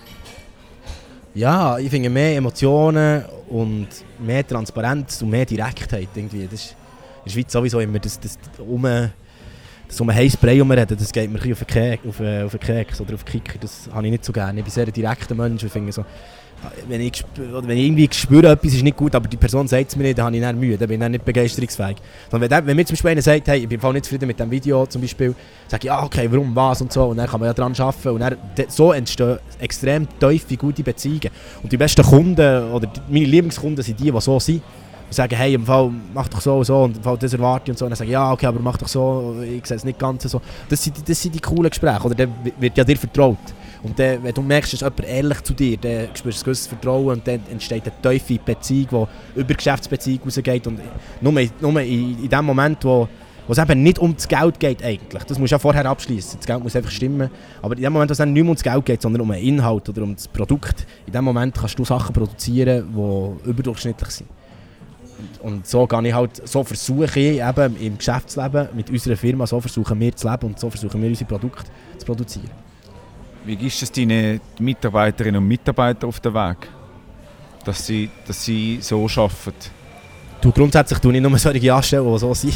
S5: Ja, ich finde mehr Emotionen und mehr Transparenz und mehr Direktheit. Irgendwie. Das ist in der Schweiz sowieso immer das, das um Das um einen heißen Brei herumreden, das geht mir ein bisschen auf den Keks, auf, auf den Keks oder auf den Kicker, das habe ich nicht so gerne. Ich bin sehr ein direkter Mensch, ich finde so, wenn ich, oder wenn ich irgendwie spüre, etwas ist nicht gut, aber die Person sagt es mir nicht, dann habe ich dann Mühe, dann bin ich dann nicht begeisterungsfähig. Sondern wenn, wenn mir zum Beispiel einer sagt, hey, ich bin voll nicht zufrieden mit dem Video zum Beispiel, sage ich, ja okay, warum, was und so, und dann kann man ja daran arbeiten, und dann, so entstehen extrem tiefe, gute Beziehungen. Und die besten Kunden, oder die, meine Lieblingskunden sind die, die so sind. Und sagen, hey, im Fall, mach doch so und so, und im Fall das erwarte ich und so. Und dann sage ich, ja, okay, aber mach doch so, ich sehe es nicht ganz so. Das sind, das sind die coolen Gespräche, oder dann wird ja dir vertraut. Und dann, wenn du merkst, dass jemand ehrlich zu dir, dann spürst du ein gewisses Vertrauen, und dann entsteht eine tiefe Beziehung, die über Geschäftsbeziehung rausgeht. Und nur, nur in, in dem Moment, wo, wo es eben nicht um das Geld geht eigentlich, das musst du ja vorher abschließen, das Geld muss einfach stimmen. Aber in dem Moment, wo es dann nicht mehr um das Geld geht, sondern um den Inhalt oder um das Produkt, in dem Moment kannst du Sachen produzieren, die überdurchschnittlich sind. Und so gehe ich halt, so versuche ich eben im Geschäftsleben mit unserer Firma, so versuchen wir zu leben und so versuchen wir unsere Produkte zu produzieren.
S2: Wie gibst du es deinen Mitarbeiterinnen und Mitarbeitern auf den Weg, dass sie, dass sie so arbeiten?
S5: Du, grundsätzlich tue ich nur solche anstellen, die so sind.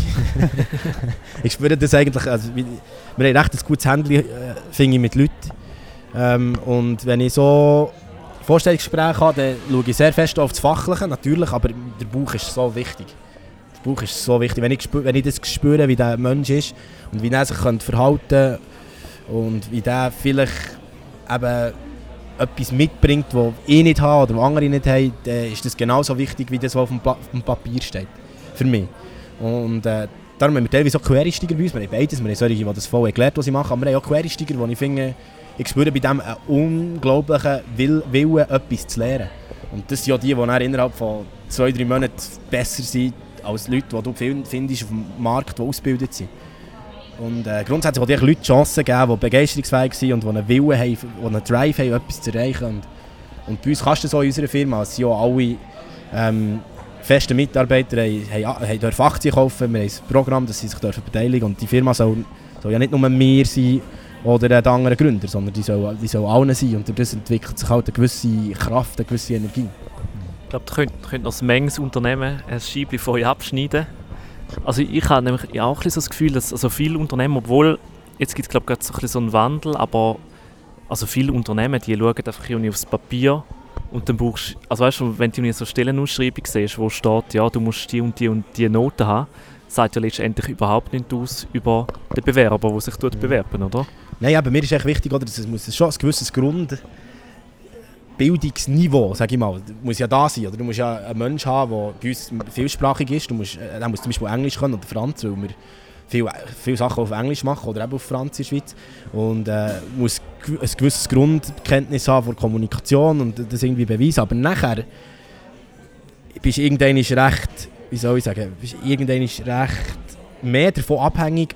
S5: Ich spüre das eigentlich, also, wir haben recht ein gutes Handling, äh, finde ich, mit Leuten. Ähm, und wenn ich so Vorstellungsgespräche habe, dann schaue ich sehr fest auf das Fachliche, natürlich, aber der Bauch ist so wichtig. Der Bauch ist so wichtig. Wenn ich, spüre, wenn ich das spüre, wie der Mensch ist und wie er sich verhalten könnte und wie der vielleicht eben etwas mitbringt, das ich nicht habe oder andere nicht haben, dann ist das genauso wichtig, wie das, was auf dem, pa- auf dem Papier steht. Für mich. Und äh, darum haben wir teilweise auch Quereinsteiger bei uns. Wir haben beides. Wir haben solche, die das voll erklärt, was sie machen, aber wir haben auch Quereinsteiger, die ich finde, ich spüre bei dem einen unglaublichen Will- Willen, etwas zu lernen. Und das sind ja die, die dann innerhalb von zwei, drei Monaten besser sind als Leute, die du findest auf dem Markt, die ausgebildet sind. Und äh, grundsätzlich wollte ich Leuten Chancen geben, die begeisterungsfähig sind und die einen Willen haben, die einen Drive haben, etwas zu erreichen. Und, und bei uns kannst du so in unserer Firma, es sind ja alle ähm, festen Mitarbeiter, haben, haben, haben dürfen Aktien kaufen, wir haben ein Programm, dass sie sich dürfen beteiligen, und die Firma soll, soll ja nicht nur wir sein oder der andere Gründer, sondern die soll, die soll allen sein, und dadurch entwickelt sich halt eine gewisse Kraft, eine gewisse Energie.
S1: Ich glaube, da könnt, könnt noch ein Menges Unternehmen ein Scheibchen von euch abschneiden. Also ich habe nämlich auch ein bisschen so das Gefühl, dass also viele Unternehmen, obwohl, jetzt gibt es glaube ich so ein bisschen so einen Wandel, aber also viele Unternehmen, die schauen einfach irgendwie aufs Papier, und dann brauchst, also weißt du, wenn du so eine Stellenausschreibung siehst, wo steht, ja, du musst die und die und die Noten haben, sagt ja letztendlich überhaupt nichts aus über den Bewerber, der sich dort bewerben, oder?
S5: Nein, aber mir ist echt wichtig, oder, dass es muss schon ein gewisses Grundbildungsniveau, sage ich mal, muss ja da sein. Oder? Du musst ja einen Menschen haben, der bei uns vielsprachig ist. Du musst, der muss zum Beispiel Englisch können oder Franz, weil wir viele, viele Sachen auf Englisch machen oder eben auf Franz in der Schweiz. Und äh, muss ein gewisses Grundkenntnis haben von Kommunikation und das irgendwie beweisen. Aber nachher bist du irgendwann recht, wie soll ich sagen, bist irgendwann recht mehr davon abhängig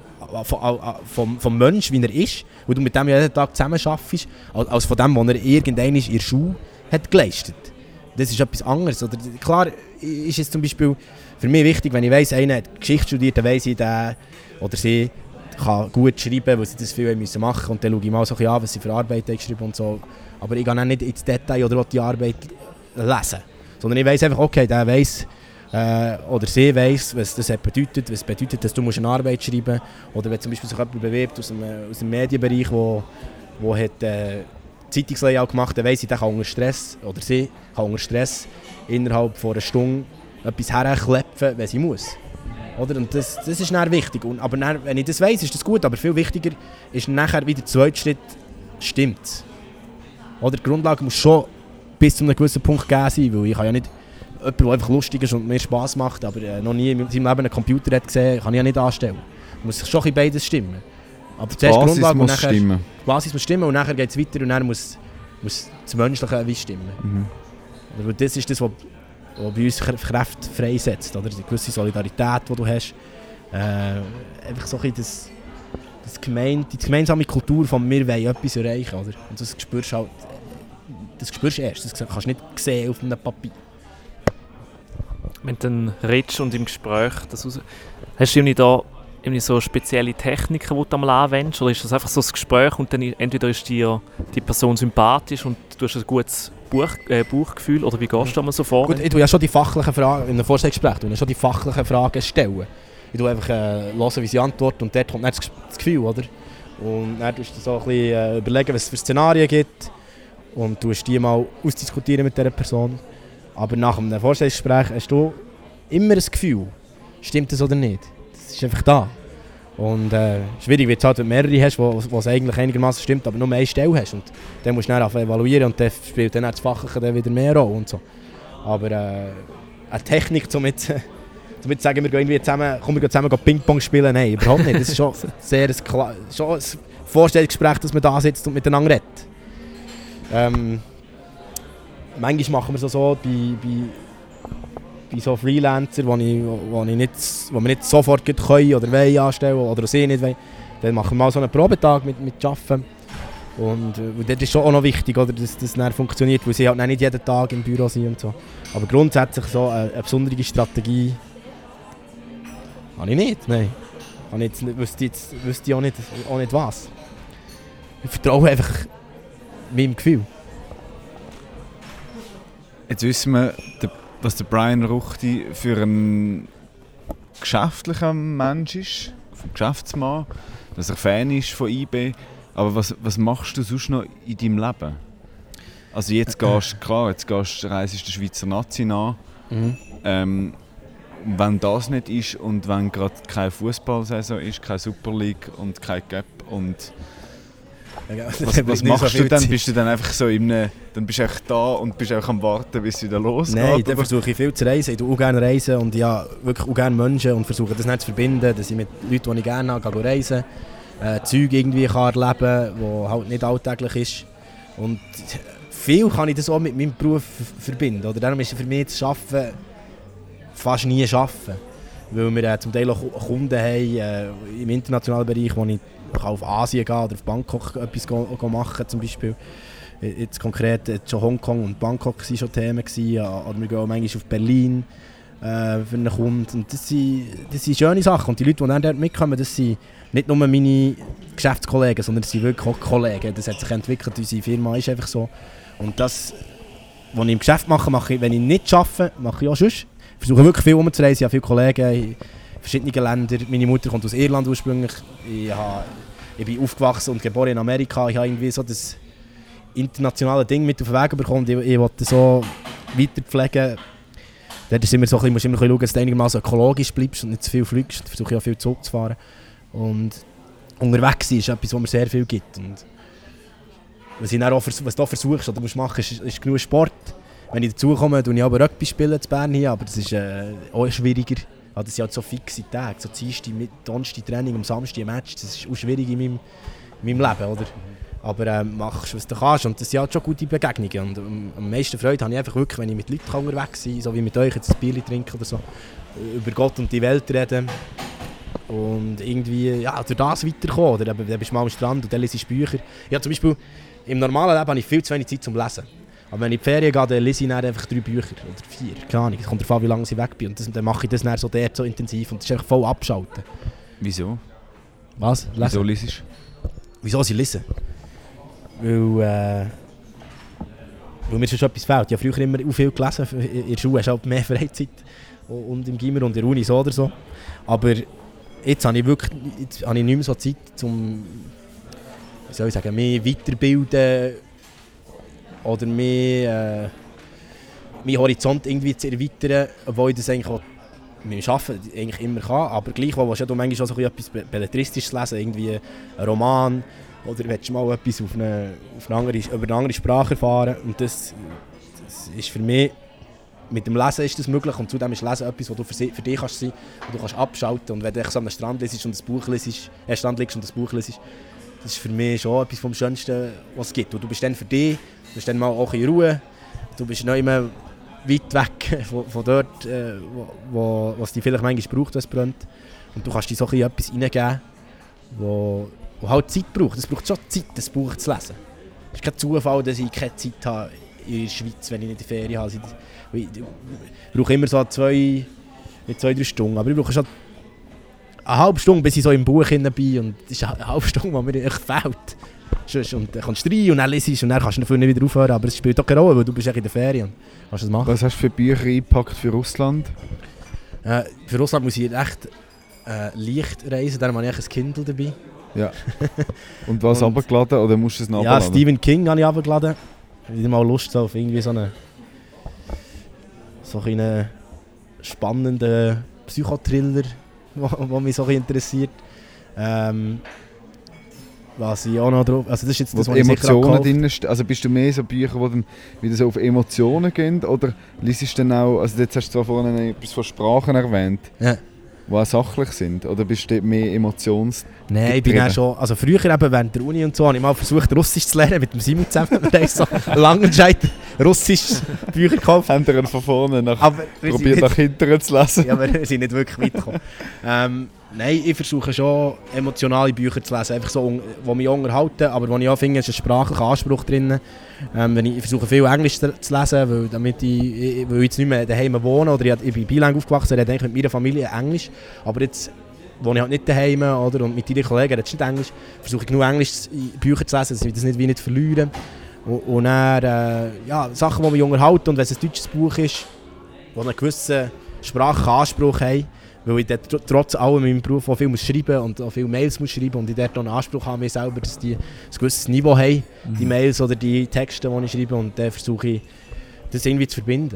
S5: vom, vom Menschen, wie er ist, wo du mit dem jeden Tag zusammen arbeitest, als von dem, was er irgendwann in der Schule hat geleistet. Das ist etwas anderes. Oder, klar ist es zum Beispiel für mich wichtig, wenn ich weiss, einer hat Geschichte studiert, dann weiss ich, der oder sie kann gut schreiben, weil sie das viel machen müssen. Und dann schaue ich mal so ein bisschen an, was sie für Arbeit haben geschrieben und so. Aber ich gehe auch nicht ins Detail oder die Arbeit lesen. Sondern ich weiss einfach, okay, der weiss, Äh, oder sie weiss, was das bedeutet, was bedeutet, dass du eine Arbeit schreiben musst. Oder wenn zum Beispiel sich jemand bewirbt aus dem, aus dem Medienbereich, wo, wo hat äh, Zeitungslayout gemacht hat, dann weiss ich, der kann unter Stress, oder sie kann unter Stress innerhalb von einer Stunde etwas herklepfen, wenn sie muss. Oder? Und das, das ist dann wichtig. Und, aber dann, wenn ich das weiss, ist das gut, aber viel wichtiger ist nachher wieder der zweite Schritt, stimmt. Oder die Grundlage muss schon bis zu einem gewissen Punkt gegeben sein, weil ich kann ja nicht jemand, der einfach lustig ist und mir Spass macht, aber äh, noch nie in seinem Leben einen Computer hat gesehen, kann ich ja nicht anstellen. Muss schon ein beides stimmen. Aber zuerst die Grundlage muss und nachher, stimmen. Die Basis muss stimmen und nachher geht es weiter und dann muss, muss das Menschliche wie stimmen. Mhm. Aber das ist das, was, was bei uns Kräfte freisetzt. Oder? Die gewisse Solidarität, die du hast. Äh, einfach so ein das, das gemein, die gemeinsame Kultur von «Wir wollen etwas erreichen». Oder? Und das spürst du halt, das spürst du erst, das kannst du nicht sehen auf einem Papier.
S1: Wenn du dann redest und im Gespräch das raus... Hast du da irgendwie so spezielle Techniken, die du am anwendest? Oder ist das einfach so ein Gespräch und dann entweder ist dir die Person sympathisch und du hast ein gutes Buch, äh, Bauchgefühl? Oder wie gehst du da so vor?
S5: Gut, ich tue ja schon die fachlichen Fragen, in einem Vorstellungsgespräch, ich schon die fachlichen Fragen stellen. Ich tue einfach äh, hören, wie sie antworten und dort kommt dann das Gefühl, oder? Und dann tust du so ein bisschen äh, überlegen, was es für Szenarien gibt und tust die mal ausdiskutieren mit dieser Person. Aber nach einem Vorstellungsgespräch hast du immer ein Gefühl, stimmt das oder nicht. Das ist einfach da. Und äh, schwierig wird es halt, wenn du mehrere hast, wo, wo es eigentlich einigermaßen stimmt, aber nur eine Stelle hast. Und dann musst du dann evaluieren und dann spielt dann das Fachliche dann wieder mehr Rolle und so. Aber äh, eine Technik, um jetzt zu sagen, wir gehen irgendwie zusammen, komm, wir gehen zusammen Ping-Pong spielen, nein, überhaupt nicht. Das ist schon, sehr ein, schon ein Vorstellungsgespräch, dass man da sitzt und miteinander redet. Ähm, Manchmal machen wir es so, so bei, bei, bei so Freelancern, wo, ich, wo, ich nicht, wo wir nicht sofort können oder wollen anstellen oder sie nicht wollen. Dann machen wir mal so einen Probetag mit, mit Arbeiten. Und, und das ist schon auch noch wichtig, oder, dass das dann funktioniert, weil sie halt nicht jeden Tag im Büro sind und so. Aber grundsätzlich so eine, eine besondere Strategie habe ich nicht. Nein. Habe ich jetzt, wüsste ich jetzt, wüsste ich auch nicht, auch nicht was. Ich vertraue einfach meinem Gefühl.
S2: Jetzt wissen wir, was der Brian Ruchti für ein geschäftlicher Mensch ist, ein Geschäftsmann, dass er Fan ist von I B. Aber was, was machst du sonst noch in deinem Leben? Also jetzt gehst du, klar, jetzt gehst du, reisest der Schweizer Nazi nach. Mhm. Ähm, wenn das nicht ist und wenn gerade keine Fußballsaison ist, keine Super League und kein Gap und was, was machst so du dann? Bist du dann einfach so in einem, dann bist du einfach da und bist einfach am Warten, bis es wieder losgeht?
S5: Nein, dann versuche ich viel zu reisen. Ich tue auch gerne reisen und ja, wirklich auch gerne Menschen und versuche das nicht zu verbinden, dass ich mit Leuten, die ich gerne habe, gehe reisen, äh, Zeug irgendwie kann erleben, was halt nicht alltäglich ist. Und viel kann ich das auch mit meinem Beruf verbinden. Oder darum ist es für mich das Arbeiten fast nie Arbeiten. Weil wir äh, zum Teil auch Kunden haben äh, im internationalen Bereich, wo ich auf Asien gehen oder auf Bangkok etwas go, go machen zum Beispiel. Jetzt konkret jetzt schon Hongkong und Bangkok waren schon Themen gewesen, oder wir gehen auch manchmal auf Berlin äh, für einen Kunden. Und das sind, das sind schöne Sachen. Und die Leute, die dann dort mitkommen, das sind nicht nur meine Geschäftskollegen, sondern das sind wirklich auch Kollegen. Das hat sich entwickelt, unsere Firma ist einfach so. Und das, was ich im Geschäft mache, mache ich, wenn ich nicht arbeite, mache ich auch sonst. Ich versuche wirklich viel rumzureisen, ich habe viele Kollegen in verschiedenen Ländern. Meine Mutter kommt aus Irland ursprünglich. Ich, habe, ich bin aufgewachsen und geboren in Amerika. Ich habe irgendwie so das internationale Ding mit auf den Weg bekommen. Ich, ich wollte so weiter pflegen. Da ist immer so ein bisschen, musst du immer schauen, dass du einigermaßen ökologisch bleibst und nicht zu viel fliegst. Ich versuche ja viel Zug zu fahren. Und, unterwegs sein ist etwas, was mir sehr viel gibt. Und was, ich dann auch, was du auch versuchst oder musst machen, ist, ist genug Sport. Wenn ich dazu komme, tue ich aber Rugby spielen in Bern hier, aber das ist äh, auch schwieriger. Ja, das sind halt so fixe Tage, so Dienstag, Donnerstag Training, am Samstag ein Match, das ist auch schwierig in meinem, in meinem Leben, oder? Aber äh, machst, was du kannst, und das sind halt schon gute Begegnungen. Und um, am meisten Freude habe ich einfach wirklich, wenn ich mit Leuten unterwegs bin, so wie mit euch jetzt ein Bier trinken oder so, über Gott und die Welt reden und irgendwie ja, durch das weiterkommen. Oder dann bist du mal am Strand und dann lese ich Bücher. Ja, zum Beispiel, im normalen Leben habe ich viel zu wenig Zeit zum Lesen. Aber wenn ich in die Ferien gehe, dann lese ich dann einfach drei Bücher oder vier, keine Ahnung. Es kommt darauf an, wie lange ich weg bin. Und das, dann mache ich das dann so dort so intensiv und das ist einfach voll abschalten.
S2: Wieso?
S5: Was? Lesen?
S2: Wieso liest du?
S5: Wieso sie lesen? Weil, äh, weil mir schon etwas fehlt. Ich habe früher immer auch viel gelesen. In der Schule hast du halt mehr Freizeit. Und im Gimmer und in der Uni so oder so. Aber jetzt habe ich wirklich jetzt habe ich nicht mehr so Zeit, um wie soll ich sagen, mich weiterbilden oder mehr, äh, meinen Horizont irgendwie zu erweitern, obwohl ich das eigentlich auch mit dem Arbeiten eigentlich immer kann. Aber gleichwohl willst du manchmal auch so etwas Belletristisches lesen, irgendwie einen Roman oder willst du mal etwas auf eine, auf eine andere, über eine andere Sprache erfahren. Und das, das ist für mich, mit dem Lesen ist das möglich und zudem ist Lesen etwas, wo du für, für dich kannst sein, wo du kannst abschalten. Und wenn du so am Strand liest und das Buch liest, äh, Strand liegst und das Buch liest, das ist für mich schon etwas vom Schönsten, was es gibt. Und du bist dann für dich, du bist dann mal auch in Ruhe, du bist nicht immer weit weg von, von dort, äh, wo, wo, was dich vielleicht manchmal braucht, wenn es brennt. Und du kannst dir so ein etwas reingeben, wo, wo halt Zeit braucht. Es braucht schon Zeit, das Buch zu lesen. Es ist kein Zufall, dass ich keine Zeit habe in der Schweiz, wenn ich nicht in die Ferien habe. Ich brauche immer so zwei, nicht zwei, drei Stunden, aber ich brauche schon eine halbe Stunde, bis ich so im Buch bin. Und das ist eine halbe Stunde, die mir echt fehlt. Und dann kommst du rein und dann liest und dann kannst du dafür nicht wieder aufhören. Aber es spielt auch keine Rolle, weil du bist in der Ferien und kannst das machen.
S2: Was hast du für Bücher eingepackt für Russland?
S5: Äh, für Russland muss ich echt äh, leicht reisen, darum habe ich ein Kindle dabei.
S2: Ja. Und was runtergeladen oder musst du es nachladen?
S5: Ja, Stephen King habe ich runtergeladen. Ich habe wieder mal Lust auf irgendwie so einen, so einen spannenden Psychothriller, der mich so interessiert. Ähm, was ich auch noch drauf... Also das ist jetzt das,
S2: wo Emotionen drin stehen. Also bist du mehr so Bücher, die dann wieder so auf Emotionen gehen? Oder liest du dann auch... Also jetzt hast du zwar vorhin etwas von Sprachen erwähnt,
S5: ja,
S2: die auch sachlich sind. Oder bist du mehr Emotions...
S5: Nein, ich bin ja schon... Also früher eben während der Uni und so habe ich mal versucht Russisch zu lernen mit dem Simon zusammen. Wir haben so Langenscheid Russisch Bücher gekauft.
S2: Haben wir von vorne nach...
S5: Aber
S2: probiert nach hinten zu lesen.
S5: Ja, aber wir sind nicht wirklich weit gekommen. ähm, Nein, ich versuche schon emotionale Bücher zu lesen, einfach so, die mich unterhalten, aber wo ich auch finde, ist ein sprachlicher Anspruch drin. Ähm, wenn ich, ich versuche viel Englisch zu, zu lesen, weil, damit ich, weil ich jetzt nicht mehr daheim wohne, oder ich, ich bin bilingue aufgewachsen, ich rede mit meiner Familie Englisch, aber jetzt wohne ich halt nicht daheim, oder, und mit deinen Kollegen redest du nicht Englisch, versuche ich nur Englisch Bücher zu lesen, dass ich das nicht, wie nicht verlieren. Und, und dann äh, ja, Sachen, die mich unterhalten, und wenn es ein deutsches Buch ist, das einen gewissen sprachlichen Anspruch hat, weil ich dort trotz allem in meinem Beruf auch viel muss schreiben und auch viele Mails muss schreiben und ich dort auch einen Anspruch habe, mir selber, dass die ein gewisses Niveau haben, mhm. die Mails oder die Texte, die ich schreibe, und dann versuche ich, das irgendwie zu verbinden.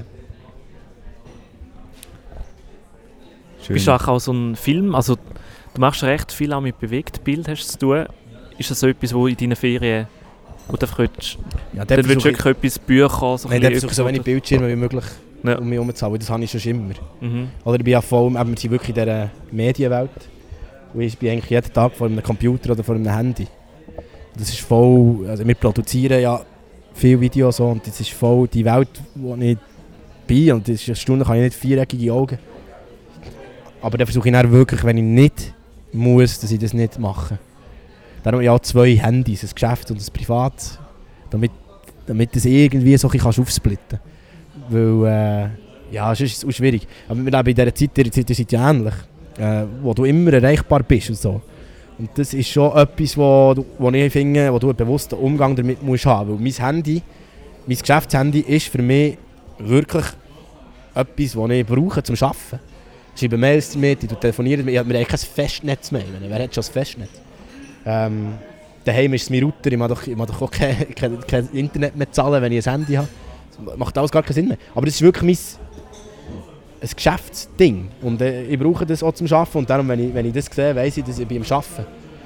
S1: Schön. Bist du auch so ein Film, also du machst recht viel auch mit Bewegtbild, hast du zu tun. Ist das so etwas, wo in deinen Ferien, wo du willst,
S5: ja,
S1: dann willst du wirklich etwas, Bücher,
S5: so, nein, ein versuche so wenig Bildschirme wie möglich. Ja. Um mich herumzuhalten, das habe ich schon immer. Mhm. Oder ich bin ja voll, wir sind wirklich in dieser Medienwelt. Und ich bin eigentlich jeden Tag vor einem Computer oder vor einem Handy. Das ist voll, also wir produzieren ja viele Videos so, und das ist voll die Welt, wo ich bin, und das ist eine Stunde, kann ich nicht viereckige Augen. Aber dann versuche ich dann wirklich, wenn ich nicht muss, dass ich das nicht mache. Darum habe ich auch zwei Handys, ein Geschäft und ein Privat, damit, damit das irgendwie so ein bisschen aufsplitten kannst. Weil, äh, ja, sonst ist es auch schwierig. Aber wir leben in dieser Zeit, der Zeit ist ja ähnlich, äh, wo du immer erreichbar bist und so. Und das ist schon etwas, wo, du, wo ich finde, wo du einen bewussten Umgang damit musst haben. Weil mein Handy, mein Geschäftshandy ist für mich wirklich etwas, das ich brauche zum Arbeiten. Ich schreibe Mails damit, ich telefoniere damit, ich habe mir kein Festnetz mehr. Wer hat schon ein Festnetz? Ähm, daheim ist es mein Router, ich mag doch, ich mag doch auch kein, kein, kein Internet mehr zahlen, wenn ich ein Handy habe. Das macht alles gar keinen Sinn mehr. Aber das ist wirklich mein ein Geschäftsding. Und äh, ich brauche das auch zum Arbeiten. Und darum, wenn ich, wenn ich das sehe, weiss ich, dass ich bin am Arbeiten.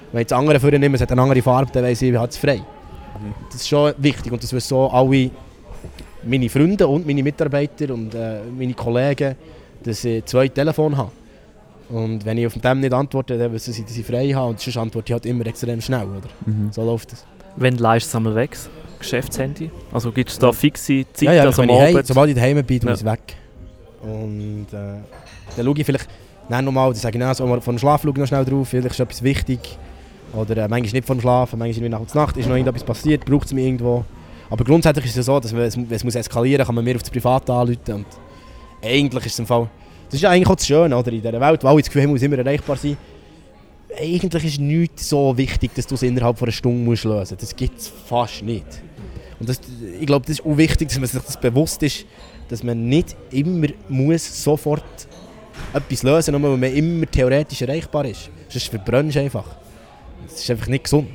S5: Wenn ich das andere vornehme, es hat eine andere Farbe, dann weiss ich, ich habe es frei. Mhm. Das ist schon wichtig und das wissen so alle meine Freunde und meine Mitarbeiter und äh, meine Kollegen, dass ich zwei Telefone habe. Und wenn ich auf dem nicht antworte, dann wissen sie, dass ich frei habe und sonst antworte ich halt immer extrem schnell. Oder? Mhm. So läuft das.
S1: Wenn leist du es weg, das Geschäftshandy? Also gibt es da fixe Zeit?
S5: Ja, ja,
S1: also
S5: wenn ich heim, sobald ich daheim bin, tue ich es
S1: ja.
S5: weg. Und äh, dann schaue ich vielleicht nochmal, dann sage ich, so, vor dem Schlaf schaue ich noch schnell drauf, vielleicht ist etwas wichtig. Oder äh, manchmal nicht vor dem Schlafen, manchmal nach der Nacht ist noch irgendetwas passiert, braucht es mich irgendwo. Aber grundsätzlich ist es so, dass wenn es, wenn es muss eskalieren muss, kann man mir auf das Private anrufen. Und eigentlich ist es im Fall... Das ist ja eigentlich auch das Schöne, oder? In dieser Welt, wo alle das Gefühl haben, muss immer erreichbar sein. Eigentlich ist nichts so wichtig, dass du es innerhalb von einer Stunde musst lösen musst. Das gibt es fast nicht. Und das, ich glaube, das ist auch wichtig, dass man sich das bewusst ist, dass man nicht immer muss sofort etwas lösen muss, nur weil man immer theoretisch erreichbar ist. Sonst verbrennst du einfach. Das ist einfach nicht gesund.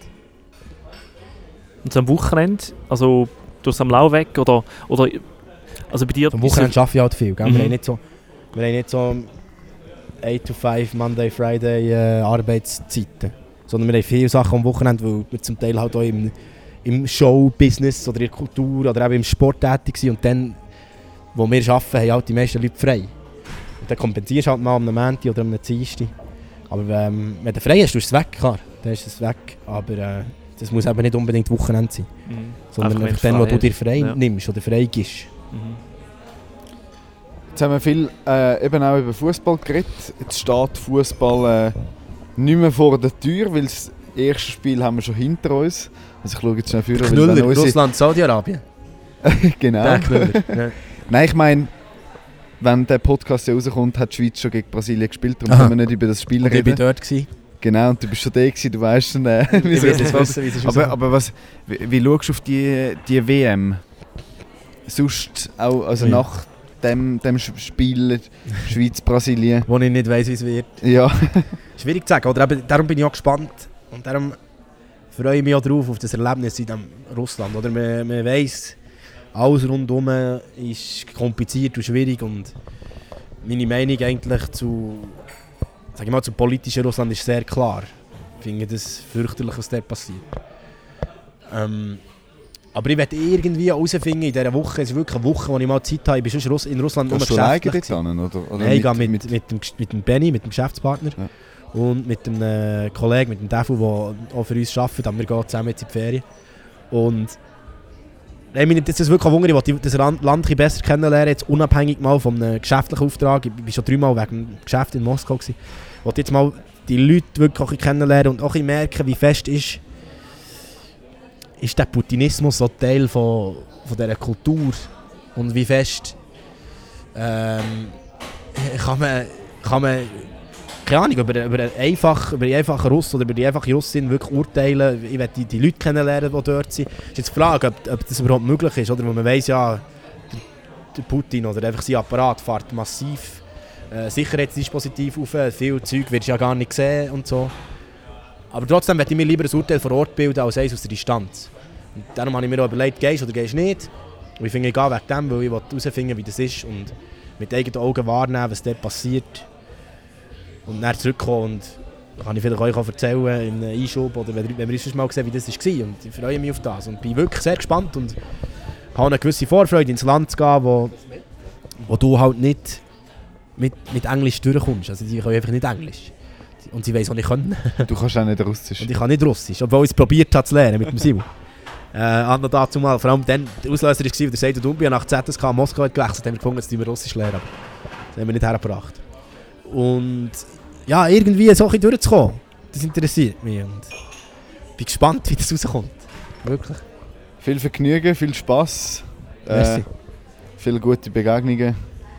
S1: Und so am Wochenende, also du hast am Laufweg oder, oder also bei dir...
S5: Am Wochenende arbeite ich halt viel, gell?
S1: Mhm.
S5: Wir haben nicht so, wir haben nicht so eight to five, Monday, Friday äh, Arbeitszeiten. Sondern wir haben viele Sachen am Wochenende, weil wir zum Teil halt auch im, im Show-Business oder in der Kultur oder eben im Sport tätig sind. Und dann, wo wir arbeiten, haben halt die meisten Leute frei. Und dann kompensierst du halt mal am Montag oder am Dienstag. Aber ähm, wenn du frei hast, tust du es weg, klar. Dann ist es weg. Aber äh, das muss eben nicht unbedingt Wochenende sein. Mhm. Sondern einfach dann, wo du dir frei ja. nimmst oder frei gibst.
S1: Mhm.
S2: Jetzt haben wir viel äh, eben auch über Fußball geredet. Jetzt steht Fußball äh, nicht mehr vor der Tür, weil das erste Spiel haben wir schon hinter uns. Also ich schaue jetzt schnell für uns.
S5: Knüller, unsere... Russland, Saudi-Arabien.
S2: Genau.
S5: Der Knüller. Ja.
S2: Nein, ich meine, wenn der Podcast ja rauskommt, hat die Schweiz schon gegen Brasilien gespielt. Darum können wir nicht über das Spiel
S5: und
S2: reden.
S5: Ich war dort. Gewesen.
S2: Genau, und du bist schon da gewesen, du weißt schon, äh, wie es ist. Aber, aber was, wie, wie schaust du auf die, die W M? Sonst auch, also ja. nach dem, dem Spiel Schweiz-Brasilien?
S5: Wo ich nicht weiss, wie es wird.
S2: Ja.
S5: Schwierig zu sagen, oder? Aber darum bin ich auch gespannt. Und darum freue ich mich auch drauf, auf das Erlebnis in Russland. Oder man, man weiss, alles rundherum ist kompliziert und schwierig. Und meine Meinung eigentlich zu, sag ich mal, zu politischen Russland ist sehr klar. Ich finde das fürchterlich, was dort passiert. Ähm, aber ich werde irgendwie herausfinden in dieser Woche, es ist wirklich eine Woche, wo ich mal Zeit habe, ich bin schon in Russland nur geschäftlich.
S2: Oder, oder
S5: Nein, ich gehe mit, mit, mit, dem, mit dem Benny, mit dem Geschäftspartner ja. und mit dem äh, Kollegen, mit dem Defu, der auch für uns arbeitet, aber wir gehen zusammen jetzt in die Ferien. Und nein, das ist wirklich ein Wunder, ich will das Land ein bisschen besser kennenlernen, jetzt unabhängig mal von einem geschäftlichen Auftrag. Ich war schon dreimal wegen dem Geschäft in Moskau gewesen. Ich will jetzt mal die Leute wirklich auch kennenlernen und auch merken, wie fest ist ist der Putinismus so Teil von, von dieser Kultur und wie fest ähm, kann man, kann man keine Ahnung, über, über, einfach, über die einfachen Russen oder über die einfache Russin wirklich urteilen. Ich will die, die Leute kennenlernen, die dort sind. Es ist jetzt die Frage, ob, ob das überhaupt möglich ist, oder? Weil man weiss ja, der, der Putin oder einfach sein Apparat fährt massiv äh, Sicherheitsdispositiv auf, viel Zeug wirst du ja gar nicht sehen und so. Aber trotzdem würde ich mir lieber ein Urteil vor Ort bilden als eins aus der Distanz. Und darum habe ich mir auch überlegt, gehst oder gehst nicht. Und ich finde, ich gehe wegen dem, weil ich herausfinden, wie das ist und mit eigenen Augen wahrnehmen, was dort passiert. Und dann zurückkommen und kann ich vielleicht euch auch erzählen in einem Einschub oder wenn wir uns mal sehen, wie das war. Und ich freue mich auf das und bin wirklich sehr gespannt und habe eine gewisse Vorfreude, ins Land zu gehen, wo, wo du halt nicht mit, mit Englisch durchkommst. Also die können einfach nicht Englisch. Und sie weiss, was ich kann.
S2: Du kannst auch nicht Russisch.
S5: Und ich kann nicht Russisch, obwohl ich es probiert habe zu lernen mit dem Simon. Äh, noch dazu mal, vor allem dann, der Auslöser war, der Seydou Doumbia nach Z S K Moskau hat gewechselt, haben wir gefunden, jetzt müssen wir Russisch lernen. Das haben wir nicht hergebracht. Und ja, irgendwie so ein bisschen durchzukommen, das interessiert mich. Und ich bin gespannt, wie das rauskommt. Wirklich.
S2: Viel Vergnügen, viel Spass. Äh, viele gute Begegnungen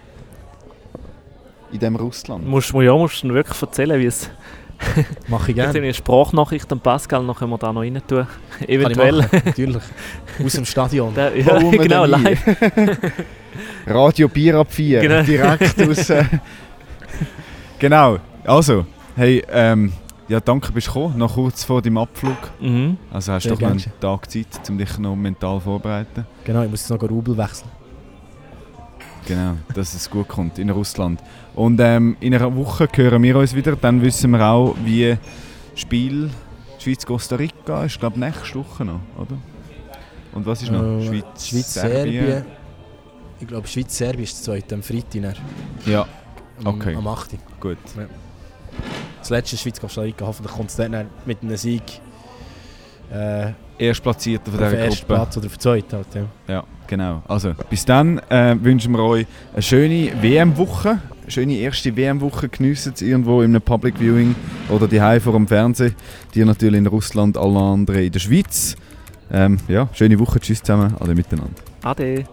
S2: in diesem Russland.
S1: Musst du ja, musst du wirklich erzählen, wie es...
S5: Mache ich gerne.
S1: Jetzt eine Sprachnachricht an Pascal, noch können wir da noch rein tun. Eventuell.
S5: Kann ich machen, natürlich. Aus dem Stadion.
S1: Da, ja, genau, live.
S2: Radio Bier ab vier. Genau. Direkt aus... Äh, genau. Also, hey, ähm, ja, danke, bist du gekommen, noch kurz vor deinem Abflug.
S1: Mhm.
S2: Also hast du doch noch einen Tag Zeit, um dich noch mental vorzubereiten.
S5: Genau, ich muss jetzt noch Rubel wechseln.
S2: Genau, dass es gut kommt in Russland. Und ähm, in einer Woche hören wir uns wieder, dann wissen wir auch, wie das Spiel Schweiz-Costa Rica ist, glaube ich, nächste Woche noch, oder? Und was ist noch?
S5: Äh,
S2: Schweiz,
S5: Schweiz-Serbien. Ich glaube, Schweiz-Serbien ist der zweite, am Freitag.
S2: Ja,
S5: Am,
S2: okay.
S5: am achten
S2: Gut.
S5: Ja. Das letzte Schweiz-Costa Rica, hoffentlich kommt es dann mit einem Sieg äh,
S2: Erstplatzierter von
S5: auf den
S2: dieser
S5: ersten
S2: Gruppe.
S5: Platz oder auf den zweiten. Halt, ja.
S2: Ja, genau. Also, bis dann äh, wünschen wir euch eine schöne W M-Woche. Eine schöne erste W M-Woche. Geniessen Sie irgendwo in einem Public Viewing oder daheim vor dem Fernsehen. Die natürlich in Russland, alle anderen in der Schweiz. Ähm, ja, schöne Woche. Tschüss zusammen. Alle miteinander.
S1: Ade.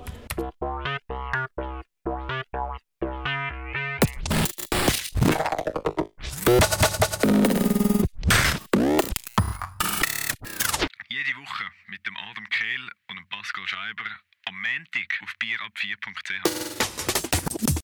S4: Jede Woche mit dem Adam Kehl und dem Pascal Scheiber am Montag auf bier ab vier punkt c h.